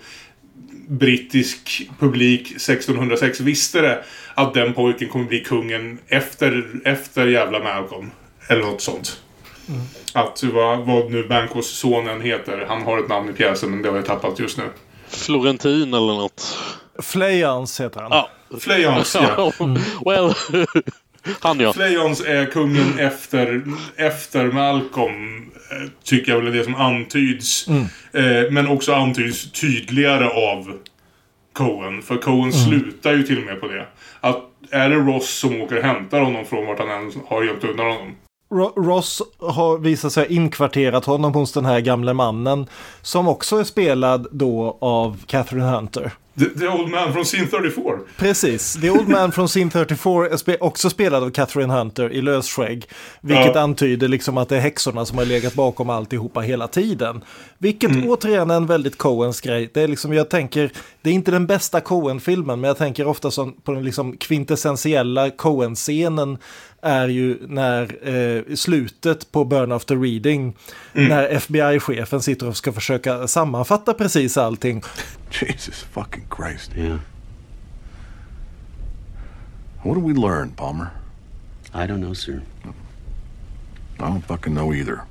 brittisk publik 1606 visste det, att den pojken kommer bli kungen efter jävla Malcolm eller något sånt. Att vad nu Bancos sonen heter, han har ett namn i pjäsen men det har jag tappat just nu. Florentin eller något. Flejans heter han. Ja. Flejans, ja. Well, han ja. Flejans är kungen efter Malcolm, tycker jag väl är det som antyds. Men också antyds tydligare av Coen. För Coen slutar ju till och med på det. Att är det Ross som åker och hämtar honom från vart han än har gömt undan honom. Ross har visat sig inkvarterat honom hos den här gamla mannen som också är spelad då av Catherine Hunter. The Old Man från Scene 34. Precis, The Old Man från Scene 34 är också spelad av Catherine Hunter i lösskägg. Vilket antyder liksom att det är häxorna som har legat bakom alltihopa hela tiden. Vilket återigen är en väldigt Coens grej. Det är liksom, jag tänker, det är inte den bästa Coen-filmen, men jag tänker ofta på den liksom kvintessentiella Coen-scenen är ju när slutet på Burn After Reading, när FBI-chefen sitter och ska försöka sammanfatta precis allting. Jesus fucking Christ. Yeah. What did we learn, Palmer? I don't know, sir. I don't fucking know either.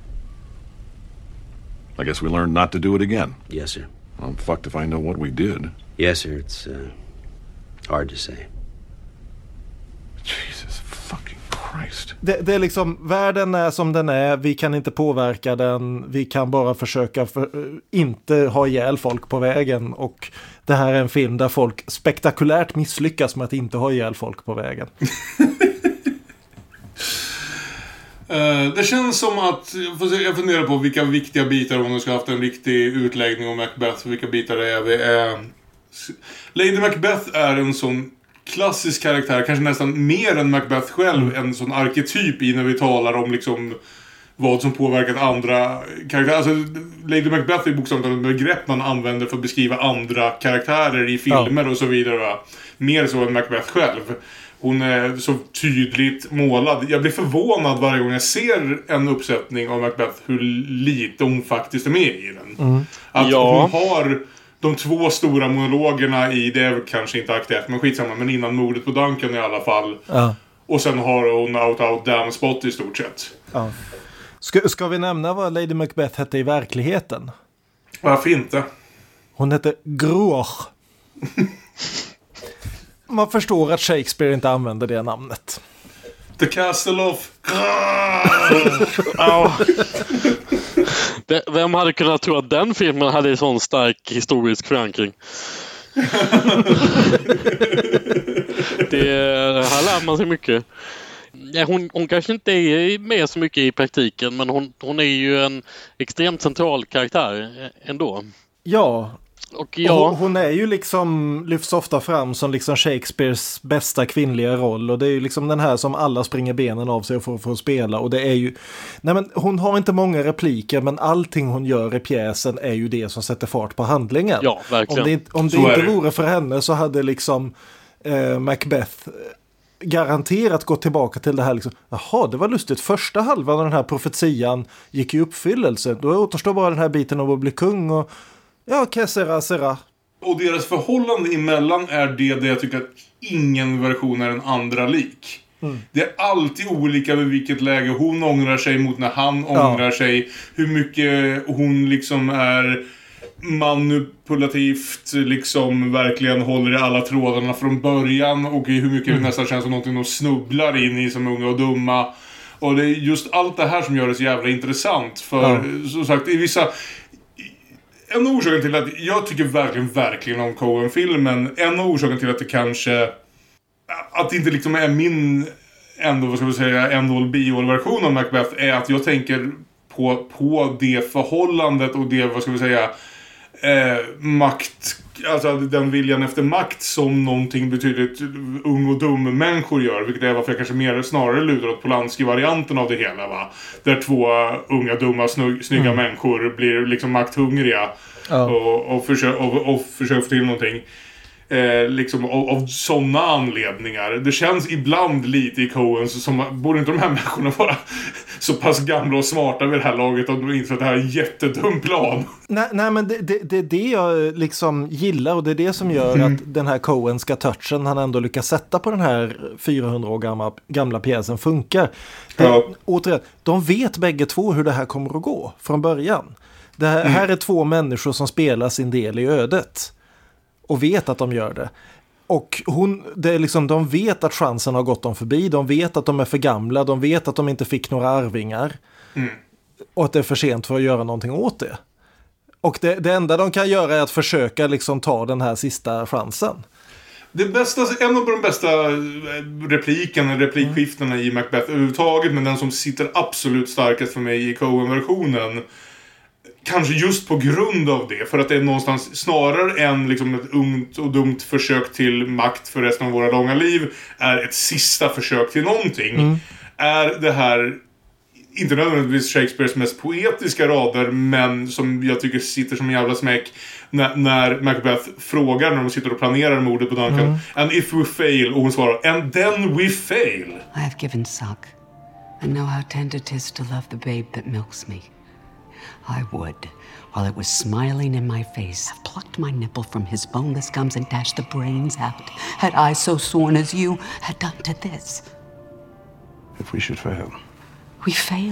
I guess we learned not to do it again. Yes, sir. I'm fucked if I know what we did. Yes, sir. It's hard to say. Jesus fucking Christ. Det är liksom, världen är som den är, vi kan inte påverka den, vi kan bara försöka inte ha ihjäl folk på vägen, och det här är en film där folk spektakulärt misslyckas med att inte ha ihjäl folk på vägen. Det känns som att jag funderar på vilka viktiga bitar, om du ska ha haft en riktig utläggning om Macbeth, vilka bitar det är. Lady Macbeth är en sån klassisk karaktär, kanske nästan mer än Macbeth själv, en sån arketyp i när vi talar om liksom vad som påverkat andra karaktärer. Alltså Lady Macbeth är bokstavligt ett begrepp man använder för att beskriva andra karaktärer i filmer och så vidare, va? Mer så än Macbeth själv. Hon är så tydligt målad. Jag blir förvånad varje gång jag ser en uppsättning av Macbeth hur lite hon faktiskt är med i den. Att hon har de två stora monologerna i, det är kanske inte aktuellt, men skitsamma, men innan mordet på Duncan i alla fall. Och sen har hon out damn spot i stort sett. Ska vi nämna vad Lady Macbeth hette i verkligheten? Varför inte? Hon hette Groch. Man förstår att Shakespeare inte använder det namnet. The Castle of... Vem hade kunnat tro att den filmen hade en sån stark historisk förankring? Här lär man sig mycket. Hon kanske inte är med så mycket i praktiken, men hon är ju en extremt central karaktär ändå. Ja. Och hon är ju liksom, lyfts ofta fram som liksom Shakespeares bästa kvinnliga roll, och det är ju liksom den här som alla springer benen av sig för att få spela, och det är ju, nej men hon har inte många repliker, men allting hon gör i pjäsen är ju det som sätter fart på handlingen. Ja, verkligen. Om det inte vore för henne så hade liksom Macbeth garanterat gått tillbaka till det här liksom, jaha, det var lustigt, första halvan av den här profetian gick i uppfyllelse, då återstår bara den här biten av att bli kung, och Ja, que sera. Och deras förhållande emellan är det jag tycker att ingen version är den andra lik. Det är alltid olika vid vilket läge hon ångrar sig mot när han ångrar sig. Hur mycket hon liksom är manipulativt liksom verkligen håller i alla trådarna från början. Och hur mycket det nästan känns som någonting de snubblar in i som unga och dumma. Och det är just allt det här som gör det så jävla intressant. För som sagt, i vissa... En av orsaken till att jag tycker verkligen om Coen-filmen, en av orsaken till att det kanske att det inte liksom är min ändå, vad ska vi säga, end-all-be-all-version av Macbeth är att jag tänker på det förhållandet och det, vad ska vi säga, makt, alltså den viljan efter makt som någonting betydligt ung och dum människor gör, vilket är varför jag kanske snarare lutar åt Polanski-varianten av det hela, va? Där två unga, dumma, snygga människor blir liksom makthungriga och försöker få till någonting. Liksom av sådana anledningar. Det känns ibland lite i Coens som borde inte de här människorna vara så pass gamla och smarta vid det här laget att de inser att det här är en jättedum plan. Nej, men det är det jag liksom gillar, och det är det som gör att den här Coenska touchen han ändå lyckas sätta på den här 400 år gamla pjäsen funkar. Återigen, de vet bägge två hur det här kommer att gå från början. Det här är två människor som spelar sin del i ödet. Och vet att de gör det. Och det är liksom, de vet att chansen har gått dem förbi. De vet att de är för gamla. De vet att de inte fick några arvingar. Och att det är för sent för att göra någonting åt det. Och det enda de kan göra är att försöka liksom ta den här sista chansen. En av de bästa replikskiftena i Macbeth överhuvudtaget, men den som sitter absolut starkast för mig i Coen-versionen, kanske just på grund av det, för att det är någonstans snarare än liksom ett ungt och dumt försök till makt för resten av våra långa liv, är ett sista försök till någonting. Är det här inte nödvändigtvis Shakespeares mest poetiska rader, men som jag tycker sitter som en jävla smäck när Macbeth frågar, när de sitter och planerar mordet på Duncan, and if we fail, och hon svarar, and then we fail. I have given suck and know how tender 'tis to love the babe that milks me. I would, while it was smiling in my face, have plucked my nipple from his boneless gums and dashed the brains out, had I so sworn as you had done to this. If we should fail. We fail.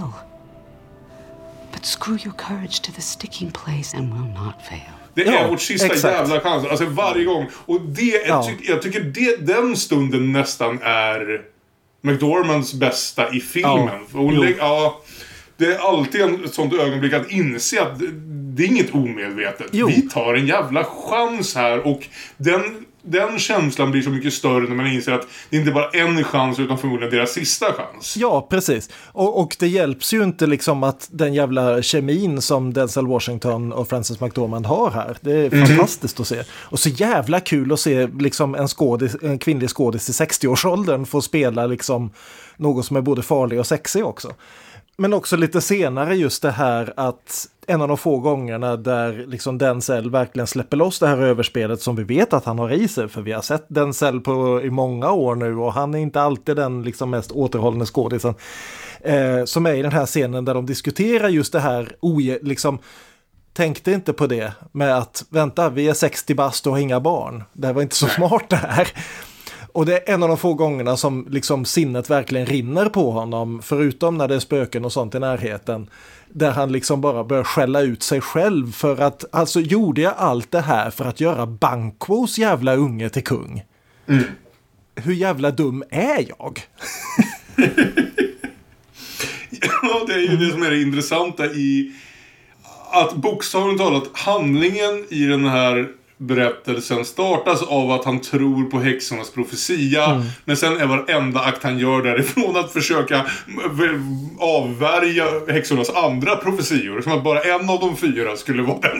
But screw your courage to the sticking place and we'll not fail. Det är vårt sista jävla chans. Alltså varje gång. Och jag tycker den stunden nästan är McDormands bästa i filmen. Det är alltid ett sånt ögonblick att inse att det är inget omedvetet. Vi tar en jävla chans här, och den känslan blir så mycket större när man inser att det inte bara är en chans utan förmodligen deras sista chans. Ja, precis. Och det hjälps ju inte liksom att den jävla kemin som Denzel Washington och Frances McDormand har här. Det är fantastiskt att se. Och så jävla kul att se liksom en kvinnlig skådis i 60-årsåldern få spela liksom något som är både farlig och sexig också. Men också lite senare just det här att en av de få gångerna där liksom Denzel verkligen släpper loss det här överspelet som vi vet att han har i sig, för vi har sett Denzel i många år nu och han är inte alltid den liksom mest återhållande skådisen, som är i den här scenen där de diskuterar just det här liksom, tänkte inte på det med att vänta, vi är 60 bast och har inga barn. Det var inte så smart det här. Och det är en av de få gångerna som liksom sinnet verkligen rinner på honom, förutom när det är spöken och sånt i närheten, där han liksom bara börjar skälla ut sig själv för att, alltså gjorde jag allt det här för att göra Banquos jävla unge till kung? Hur jävla dum är jag? Ja, det är ju det som är det intressanta i att bokstavligt talat handlingen i den här berättelsen startas av att han tror på häxornas profetia, men sen är varenda akt han gör därifrån att försöka avvärja häxornas andra profetior, som att bara en av de 4 skulle vara den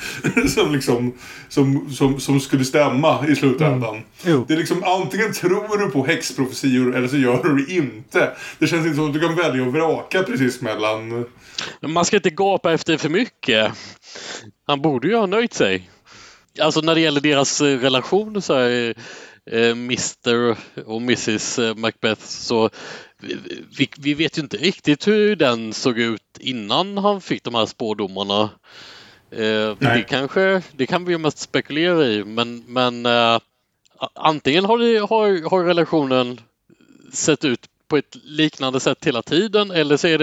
som skulle stämma i slutändan. Det är liksom, antingen tror du på häxprofetior eller så gör du det inte. Det känns inte som att du kan välja att vraka precis mellan. Man ska inte gapa efter för mycket. Han borde ju ha nöjt sig. Alltså när det gäller deras relation så är Mr. och Mrs. Macbeth, så vi vet ju inte riktigt hur den såg ut innan han fick de här spårdomarna. Det kan vi ju mest spekulera i, men antingen har relationen sett ut på ett liknande sätt hela tiden, eller så är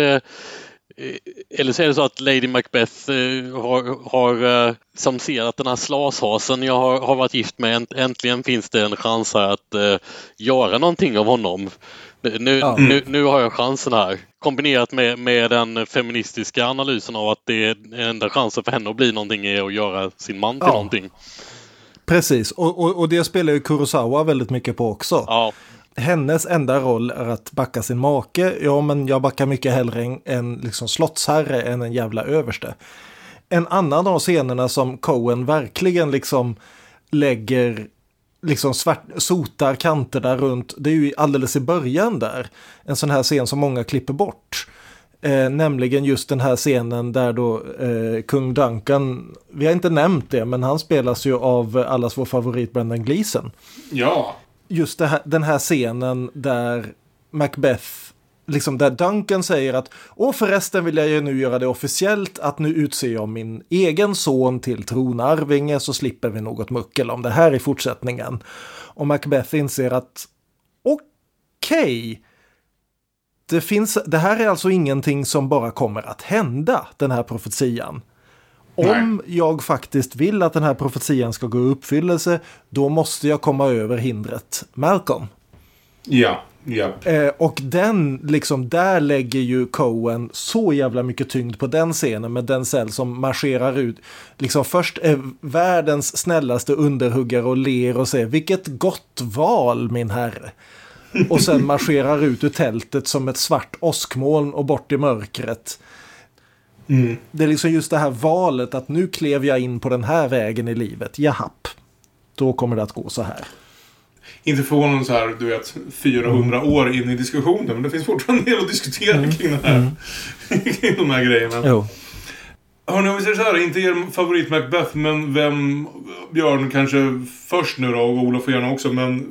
det så att Lady Macbeth har som ser att den här slashasen jag har varit gift med, äntligen finns det en chans här att göra någonting av honom. Nu har jag chansen här. Kombinerat med den feministiska analysen av att det är enda chansen för henne att bli någonting är att göra sin man till någonting. Precis, och det spelar ju Kurosawa väldigt mycket på också. Ja. Hennes enda roll är att backa sin make. Ja, men jag backar mycket hellre en liksom slottsherre än en jävla överste. En annan av scenerna som Coen verkligen liksom lägger liksom sotar kanterna runt, det är ju alldeles i början där. En sån här scen som många klipper bort. Nämligen just den här scenen där då kung Duncan, vi har inte nämnt det, men han spelas ju av allas vår favorit Brendan Gleeson. Ja. Just den här scenen där Macbeth, liksom där Duncan säger att förresten vill jag ju nu göra det officiellt att nu utser jag min egen son till tronarvinge, så slipper vi något muckel om det här i fortsättningen. Och Macbeth inser att okej, det här är alltså ingenting som bara kommer att hända, den här profetian. Om jag faktiskt vill att den här profetian ska gå i uppfyllelse, då måste jag komma över hindret Malcolm. Ja. Och den, liksom, där lägger ju Coen så jävla mycket tyngd på den scenen med Denzel som marscherar ut. Liksom först är världens snällaste underhuggare och ler och säger vilket gott val min herre. Och sen marscherar ut ur tältet som ett svart åskmoln och bort i mörkret. Det är liksom just det här valet att nu klev jag in på den här vägen i livet. Jahapp, då kommer det att gå så här. Inte förvånande så här, du vet, 400 år in i diskussionen, men det finns fortfarande en del att diskutera kring det här. Kring de här grejerna. Jo. Hörrni, om vi säger så här, inte er favorit Macbeth, men vem, Björn kanske först nu då, och Olof gärna också, men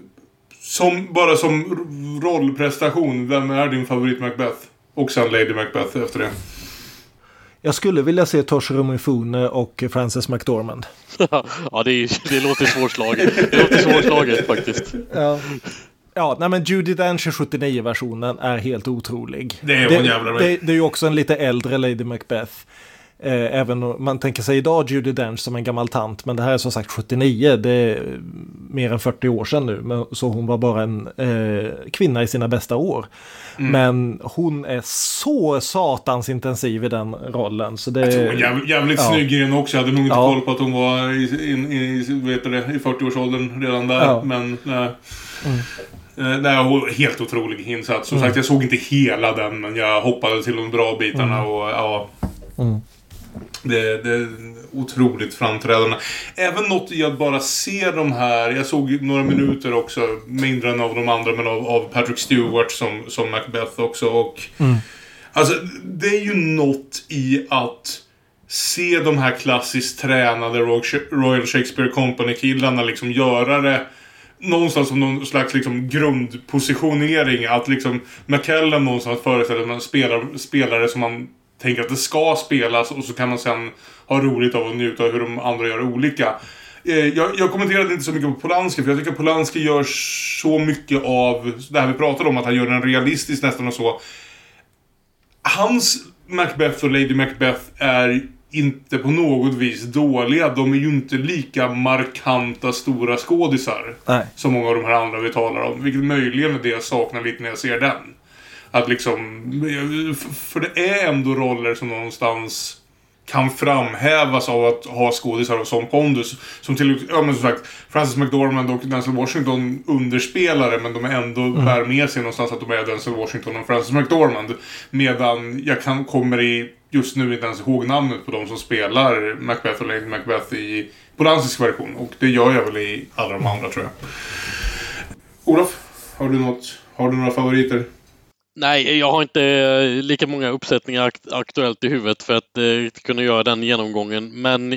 bara som rollprestation, vem är din favorit Macbeth? Och sen Lady Macbeth efter det. Jag skulle vilja se Toshiro Mifune och Frances McDormand. Ja, det låter svårslaget. Det låter svårslaget faktiskt. Ja, nej, men Judi Dench 79-versionen är helt otrolig. Det är hon jävla det är ju också en lite äldre Lady Macbeth. Även om man tänker sig idag Judi Dench som en gammal tant, men det här är som sagt 79, det är mer än 40 år sedan nu, så hon var bara en kvinna i sina bästa år. Men hon är så satans intensiv i den rollen, så det jag tror hon är jävligt snygg i den också. Jag hade nog inte koll på att hon var i 40-årsåldern redan där, men nej, helt otrolig insats. Som sagt, jag såg inte hela den, men jag hoppade till de bra bitarna och det är otroligt framträdande. Även något jag bara ser de här, jag såg några minuter också, mindre än av de andra, men av Patrick Stewart som Macbeth också, och alltså det är ju något i att se de här klassiskt tränade Royal Shakespeare Company-killarna liksom göra det någonstans som någon slags liksom grundpositionering, att liksom McKellen någonstans föreställer att man spelare som man tänker att det ska spelas, och så kan man sen ha roligt av att njuta av hur de andra gör olika. Jag kommenterade inte så mycket på Polanski, för jag tycker att Polanski gör så mycket av det här vi pratade om, att han gör den realistisk nästan och så. Hans Macbeth och Lady Macbeth är inte på något vis dåliga. De är ju inte lika markanta stora skådisar som många av de här andra vi talar om, vilket möjligen är det jag saknar lite när jag ser den. Att liksom, för det är ändå roller som någonstans kan framhävas av att ha skådisar och sån pondus. Som som sagt, Frances McDormand och Denzel Washington underspelare, men de är ändå bär med sig någonstans att de är Denzel Washington och Frances McDormand. Medan jag kommer just nu inte ens ihåg namnet på de som spelar Macbeth och Lady Macbeth i Polanskisk version. Och det gör jag väl i alla de andra, tror jag. Olof, har du några favoriter? Nej, jag har inte lika många uppsättningar aktuellt i huvudet för att kunna göra den genomgången. Men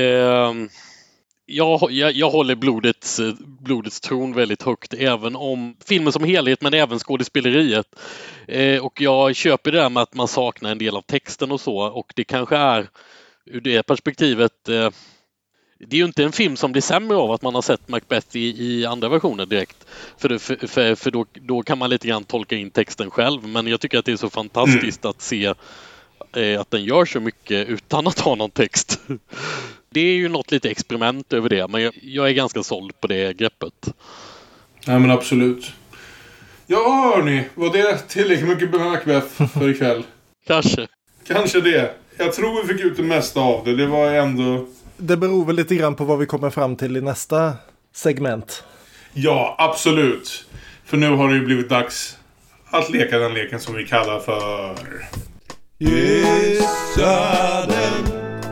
jag håller blodets tron väldigt högt, även om filmen som helhet, men även skådespeleriet. Och jag köper det där med att man saknar en del av texten och så. Och det kanske är ur det perspektivet, det är ju inte en film som blir sämre av att man har sett Macbeth i andra versioner direkt. För då kan man lite grann tolka in texten själv. Men jag tycker att det är så fantastiskt att se att den gör så mycket utan att ha någon text. Det är ju något lite experiment över det, men jag är ganska såld på det greppet. Nej, men absolut. Ja, hörni, var det tillräckligt mycket med Macbeth för ikväll? Kanske det. Jag tror vi fick ut det mesta av det. Det var ändå... Det beror väl lite grann på vad vi kommer fram till i nästa segment. Ja, absolut. För nu har det ju blivit dags att leka den leken som vi kallar för... Gissa den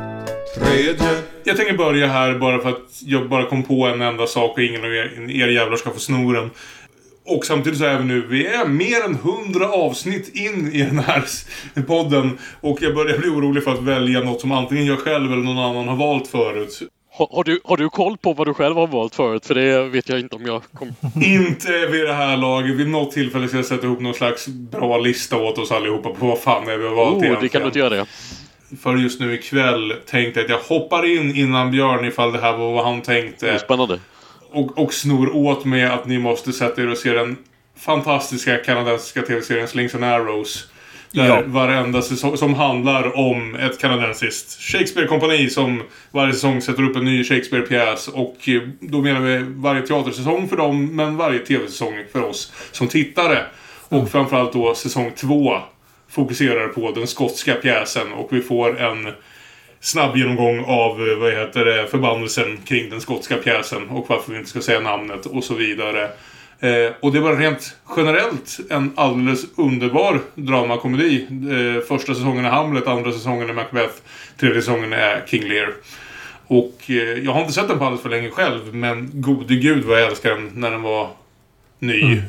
tredje. Jag tänker börja här bara för att jag bara kom på en enda sak och ingen av er jävlar ska få snoren. Och samtidigt så är vi är mer än 100 avsnitt in i den här podden. Och jag börjar bli orolig för att välja något som antingen jag själv eller någon annan har valt förut. Har du koll på vad du själv har valt förut? För det vet jag inte om jag kommer... Inte vid det här laget. Vid något tillfälle ska jag sätta ihop någon slags bra lista åt oss allihopa på vad fan är vi har valt egentligen. Det kan du inte göra det. För just nu ikväll tänkte jag att jag hoppar in innan Björn ifall det här var vad han tänkte. Spännande. Och snor åt med att ni måste sätta er och se den fantastiska kanadensiska tv-serien Slings and Arrows. Där varenda säsong som handlar om ett kanadensiskt Shakespeare-kompani som varje säsong sätter upp en ny Shakespeare-pjäs. Och då menar vi varje teatersäsong för dem, men varje tv-säsong för oss som tittare. Och framförallt då säsong 2 fokuserar på den skotska pjäsen. Och vi får en snabb genomgång av förbannelsen kring den skotska pjäsen. Och varför vi inte ska säga namnet och så vidare. Och det var rent generellt en alldeles underbar dramakomedi. Första säsongen är Hamlet, andra säsongen är Macbeth, tredje säsongen är King Lear. Och jag har inte sett den på alldeles för länge själv, men gode gud vad jag älskar den när den var ny.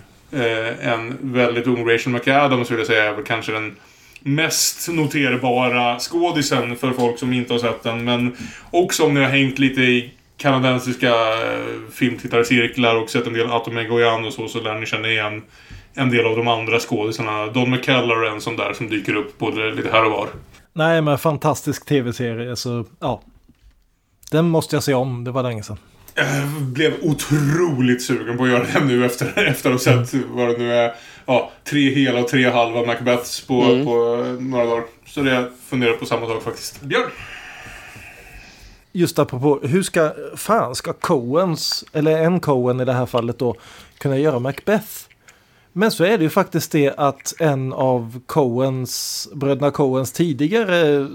En väldigt ung Rachel McAdams vill jag säga är väl kanske den mest noterbara skådisen för folk som inte har sett den. Men också om ni har hängt lite i kanadensiska filmtittarcirklar och sett en del Atom Goyan och så lär ni känna igen en del av de andra skådisarna. Don McKellar är en sån där som dyker upp både lite här och var. Nej, men fantastisk tv-serie, så ja. Den måste jag se om, det var länge sedan. Jag blev otroligt sugen på att göra det nu efter att ha sett vad det nu är. Ja, 3 hela och 3 halva Macbeths på några dagar. Så det funderar på samma sak faktiskt. Björn? Just apropå, hur ska Coens, eller en Coen i det här fallet då, kunna göra Macbeth? Men så är det ju faktiskt det att en av bröderna Coens tidigare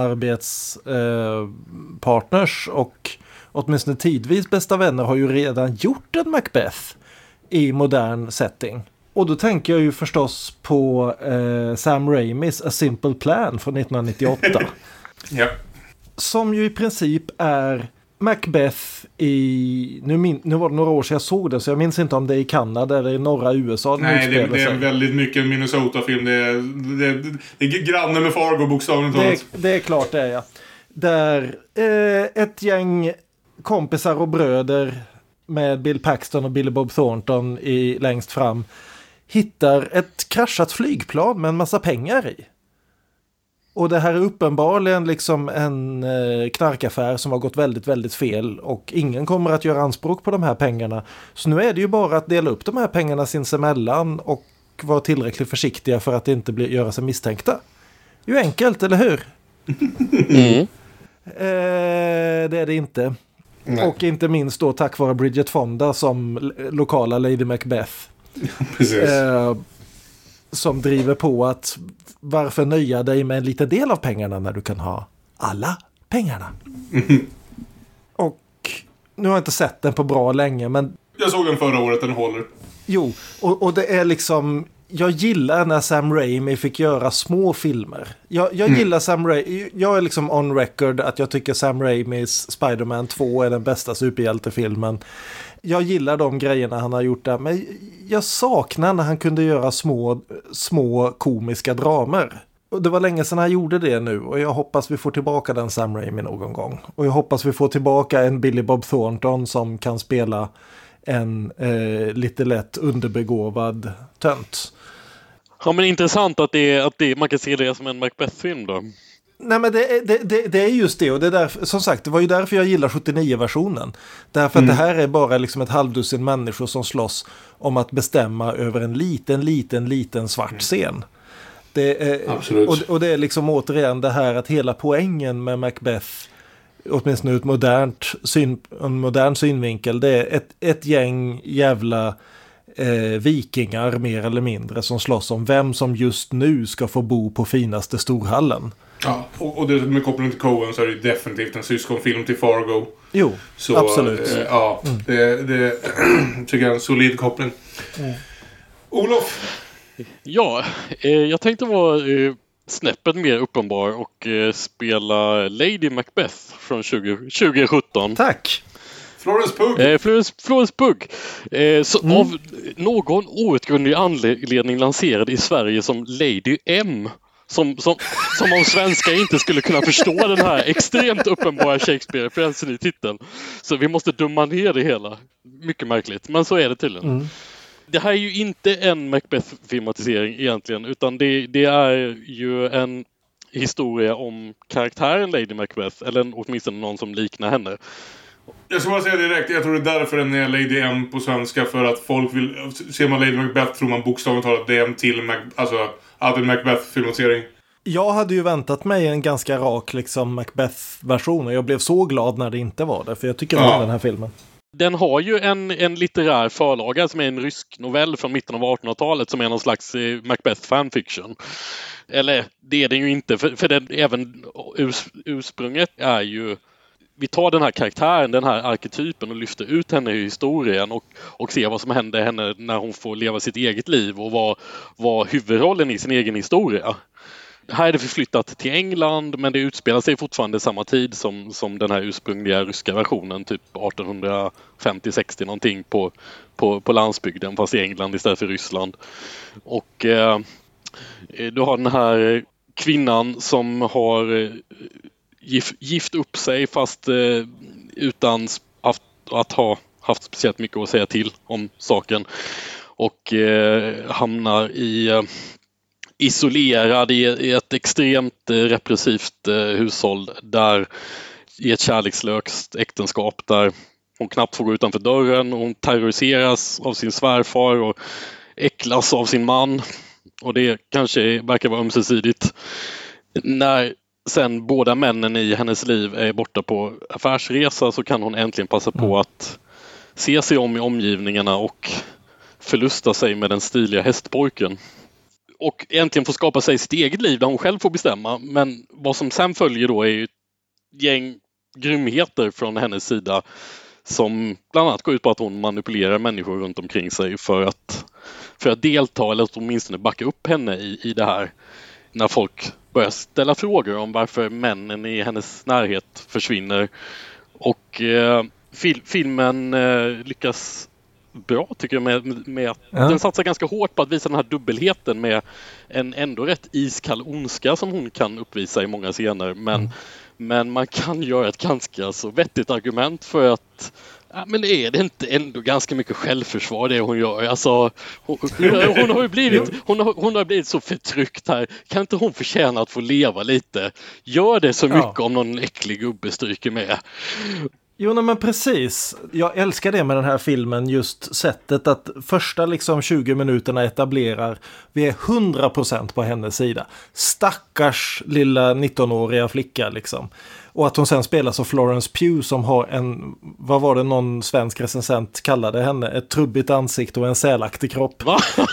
samarbetspartners och åtminstone tidvis bästa vänner har ju redan gjort en Macbeth i modern setting. Och då tänker jag ju förstås på Sam Raimis A Simple Plan från 1998. Ja. Som ju i princip är Macbeth i... Nu var det några år sedan jag såg det, så jag minns inte om det är i Kanada eller i norra USA. Nej, det är väldigt mycket en Minnesota-film. Det är granne med Fargo, bokstavligt talat. Det är klart det är, ja. Där ett gäng kompisar och bröder med Bill Paxton och Billy Bob Thornton längst fram hittar ett kraschat flygplan med en massa pengar i. Och det här är uppenbarligen liksom en knarkaffär som har gått väldigt, väldigt fel. Och ingen kommer att göra anspråk på de här pengarna. Så nu är det ju bara att dela upp de här pengarna sinsemellan och vara tillräckligt försiktiga för att inte göra sig misstänkta. Det är ju enkelt, eller hur? Det är det inte. Nej. Och inte minst då tack vare Bridget Fonda som lokala Lady Macbeth. Precis. Som driver på att varför nöja dig med en liten del av pengarna när du kan ha alla pengarna. Och nu har jag inte sett den på bra länge, men... Jag såg den förra året, den håller. Jo, och det är liksom... Jag gillar när Sam Raimi fick göra små filmer. Jag gillar Sam Raimi. Jag är liksom on record att jag tycker Sam Raimis Spider-Man 2 är den bästa superhjältefilmen. Jag gillar de grejerna han har gjort där, men jag saknar när han kunde göra små komiska dramer. Och det var länge sedan han gjorde det nu, och jag hoppas vi får tillbaka den Sam Raimi någon gång. Och jag hoppas vi får tillbaka en Billy Bob Thornton som kan spela en lite lätt underbegåvad tönt. Ja, men intressant att man kan se det som en Macbeth-film då. Nej, men det är just det, och det är därför, som sagt, det var ju därför jag gillar 79-versionen. Därför att det här är bara liksom ett halvdussin människor som slåss om att bestämma över en liten svart scen. Det är, och det är liksom återigen det här att hela poängen med Macbeth, åtminstone ur en modern synvinkel, det är ett gäng jävla vikingar mer eller mindre som slåss om vem som just nu ska få bo på finaste storhallen. Ja, och det med koppling till Coen så är det definitivt en syskonfilm till Fargo. Jo, så, absolut. Det tycker jag är en solid koppling. Olof? Ja, jag tänkte vara snäppet mer uppenbar och spela Lady Macbeth från 2017. Tack! Florence Pugh. Florence Pugh. Av någon outgrundlig anledning lanserad i Sverige som Lady M. Som om svenskar inte skulle kunna förstå den här extremt uppenbara Shakespeare-referensen i titeln. Så vi måste dumma ner det hela. Mycket märkligt, men så är det tydligen. Det här är ju inte en Macbeth-filmatisering egentligen, utan det är ju en historia om karaktären Lady Macbeth, eller åtminstone någon som liknar henne. Jag ska bara säga direkt, jag tror det är därför den är Lady M på svenska, för att folk vill, ser man Lady Macbeth tror man bokstavligt talat det är en till en Macbeth-filmatisering. Jag hade ju väntat mig en ganska rak liksom Macbeth-version, och jag blev så glad när det inte var det, för jag tycker om den här filmen. Den har ju en litterär förlaga som är en rysk novell från mitten av 1800-talet som är någon slags Macbeth fanfiction. Eller det är den ju inte, för den, även ursprunget är ju, vi tar den här karaktären, den här arketypen och lyfter ut henne i historien och ser vad som händer henne när hon får leva sitt eget liv och vad huvudrollen i sin egen historia. Här är det förflyttat till England, men det utspelar sig fortfarande samma tid som den här ursprungliga ryska versionen, typ 1850-60 någonting på landsbygden, fast i England istället för Ryssland. Och du har den här kvinnan som har gift upp sig fast utan att ha haft speciellt mycket att säga till om saken, och hamnar isolerad i ett extremt repressivt hushåll, där i ett kärlekslöst äktenskap där hon knappt får gå utanför dörren, och hon terroriseras av sin svärfar och äcklas av sin man, och det kanske verkar vara ömsesidigt. När sen båda männen i hennes liv är borta på affärsresa så kan hon äntligen passa på att se sig om i omgivningarna och förlusta sig med den stiliga hästpojken. Och äntligen få skapa sig sitt eget liv där hon själv får bestämma. Men vad som sen följer då är ju ett gäng grymheter från hennes sida, som bland annat går ut på att hon manipulerar människor runt omkring sig för att delta, eller åtminstone backa upp henne i det här. När folk börjar ställa frågor om varför männen i hennes närhet försvinner. Och filmen lyckas bra, tycker jag, med att den satsar ganska hårt på att visa den här dubbelheten med en ändå rätt iskall ondska som hon kan uppvisa i många scener, men man kan göra ett ganska så vettigt argument för att men är det inte ändå ganska mycket självförsvar det hon gör? Alltså, hon har blivit så förtryckt här. Kan inte hon förtjäna att få leva lite? Gör det så mycket om någon äcklig gubbe stryker med. Jo, men precis. Jag älskar det med den här filmen, just sättet att första liksom 20 minuterna etablerar, vi är 100% på hennes sida. Stackars lilla 19-åriga flicka liksom. Och att hon sen spelas av Florence Pugh som har en, vad var det någon svensk recensent kallade henne? Ett trubbigt ansikte och en sälaktig kropp.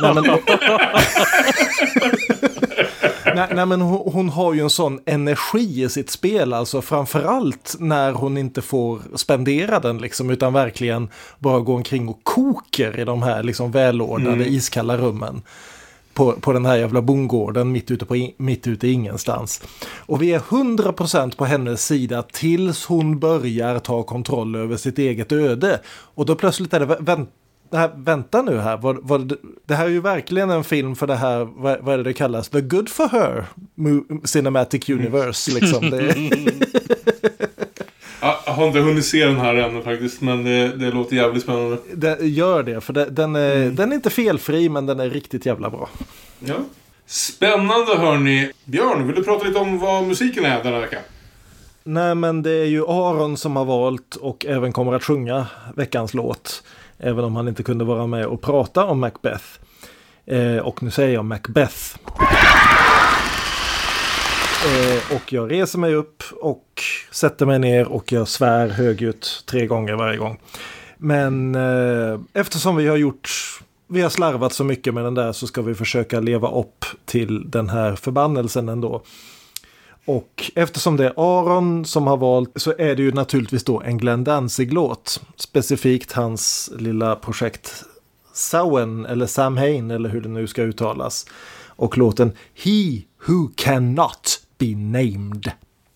Nej, men hon har ju en sån energi i sitt spel, alltså framförallt när hon inte får spendera den liksom, utan verkligen bara gå omkring och koker i de här liksom välordnade iskalla rummen på den här jävla bondgården mitt ute i ingenstans. Och vi är 100% på hennes sida tills hon börjar ta kontroll över sitt eget öde. Och då plötsligt är det vänta nu här, det här är ju verkligen en film för det här, vad är det kallas? The Good for Her Cinematic Universe liksom. Jag har inte hunnit se den här ännu faktiskt, men det låter jävligt spännande. Det gör det, för den är inte felfri, men den är riktigt jävla bra. Ja. Spännande hörni. Björn, vill du prata lite om vad musiken är denna vecka? Nej, men det är ju Aron som har valt och även kommer att sjunga veckans låt. Även om han inte kunde vara med och prata om Macbeth. Och nu säger jag Macbeth. Och jag reser mig upp och sätter mig ner och jag svär högljutt 3 gånger varje gång. Men eftersom vi har slarvat så mycket med den där så ska vi försöka leva upp till den här förbannelsen ändå. Och eftersom det är Aron som har valt så är det ju naturligtvis då en Glenn Danzig-låt. Specifikt hans lilla projekt Samhain eller Samhain eller hur det nu ska uttalas. Och låten He Who Cannot Be Named.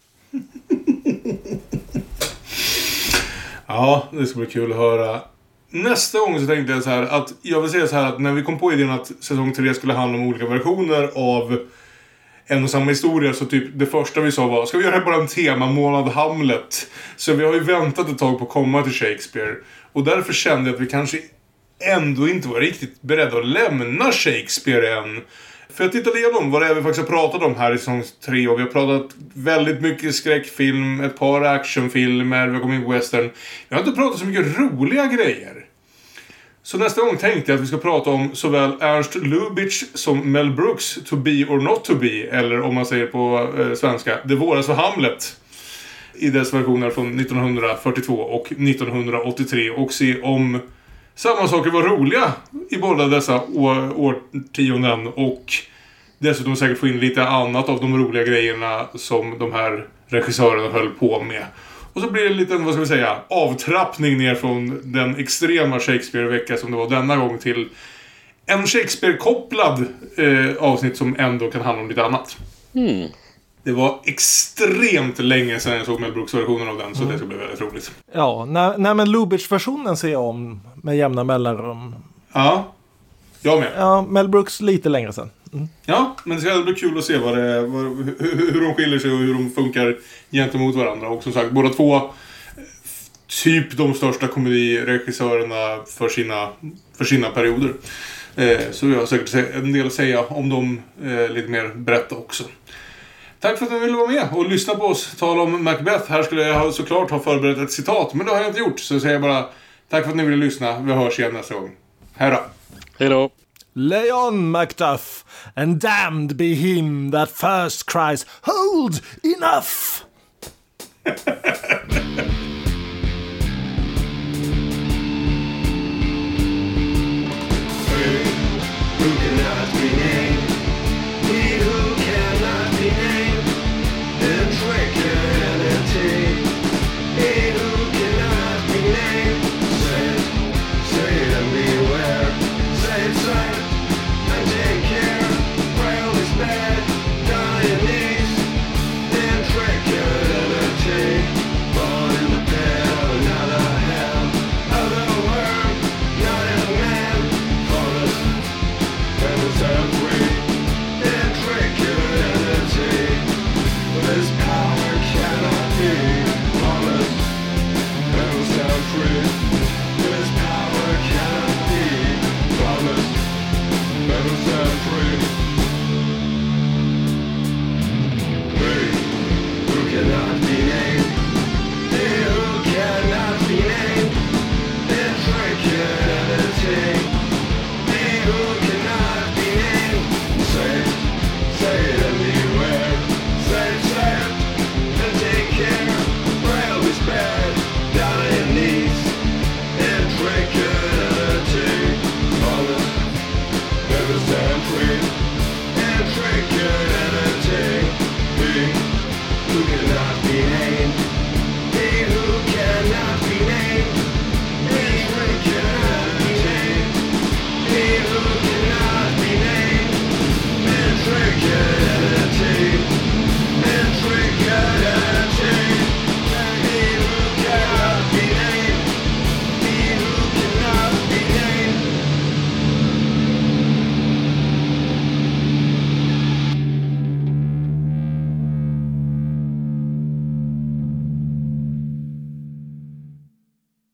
Ja, det ska bli kul att höra. Nästa gång så tänkte jag så här att jag vill säga så här att när vi kom på idén att säsong 3 skulle handla om olika versioner av en och samma historia, så typ det första vi sa var, ska vi göra bara en temamånad Hamlet? Så vi har ju väntat ett tag på att komma till Shakespeare. Och därför kände jag att vi kanske ändå inte var riktigt beredda att lämna Shakespeare än. För att titta igenom vad det är vi faktiskt har pratat om här i säsong 3. Och vi har pratat väldigt mycket skräckfilm, ett par actionfilmer, vi har kommit in på western. Vi har inte pratat så mycket roliga grejer. Så nästa gång tänkte jag att vi ska prata om såväl Ernst Lubitsch som Mel Brooks To Be or Not To Be. Eller om man säger på svenska, Det våras för Hamlet. I dess versioner från 1942 och 1983. Och se om samma saker var roliga i båda dessa årtionden. Och dessutom säkert få in lite annat av de roliga grejerna som de här regissörerna höll på med. Och så blir det en liten, vad ska vi säga, avtrappning ner från den extrema Shakespeare-vecka som det var denna gång till en Shakespeare-kopplad avsnitt som ändå kan handla om lite annat. Det var extremt länge sedan jag såg Mel Brooks-versionen av den, så det ska bli väldigt roligt. Ja, nej men Lubitsch-versionen ser jag om med jämna mellanrum. Ja, jag med. Ja, Mel Brooks lite längre sedan. Ja, men det ska bli kul att se hur de skiljer sig och hur de funkar gentemot varandra. Och som sagt, båda två typ de största komediregissörerna för sina perioder. Så jag har säkert en del att säga om dem lite mer berätta också. Tack för att ni ville vara med och lyssna på oss tala om Macbeth. Här skulle jag såklart ha förberett ett citat, men det har jag inte gjort. Så jag säger bara tack för att ni ville lyssna. Vi hörs igen nästa gång. Hej då. Hej då. Lay on, Macduff, and damned be him that first cries, hold enough!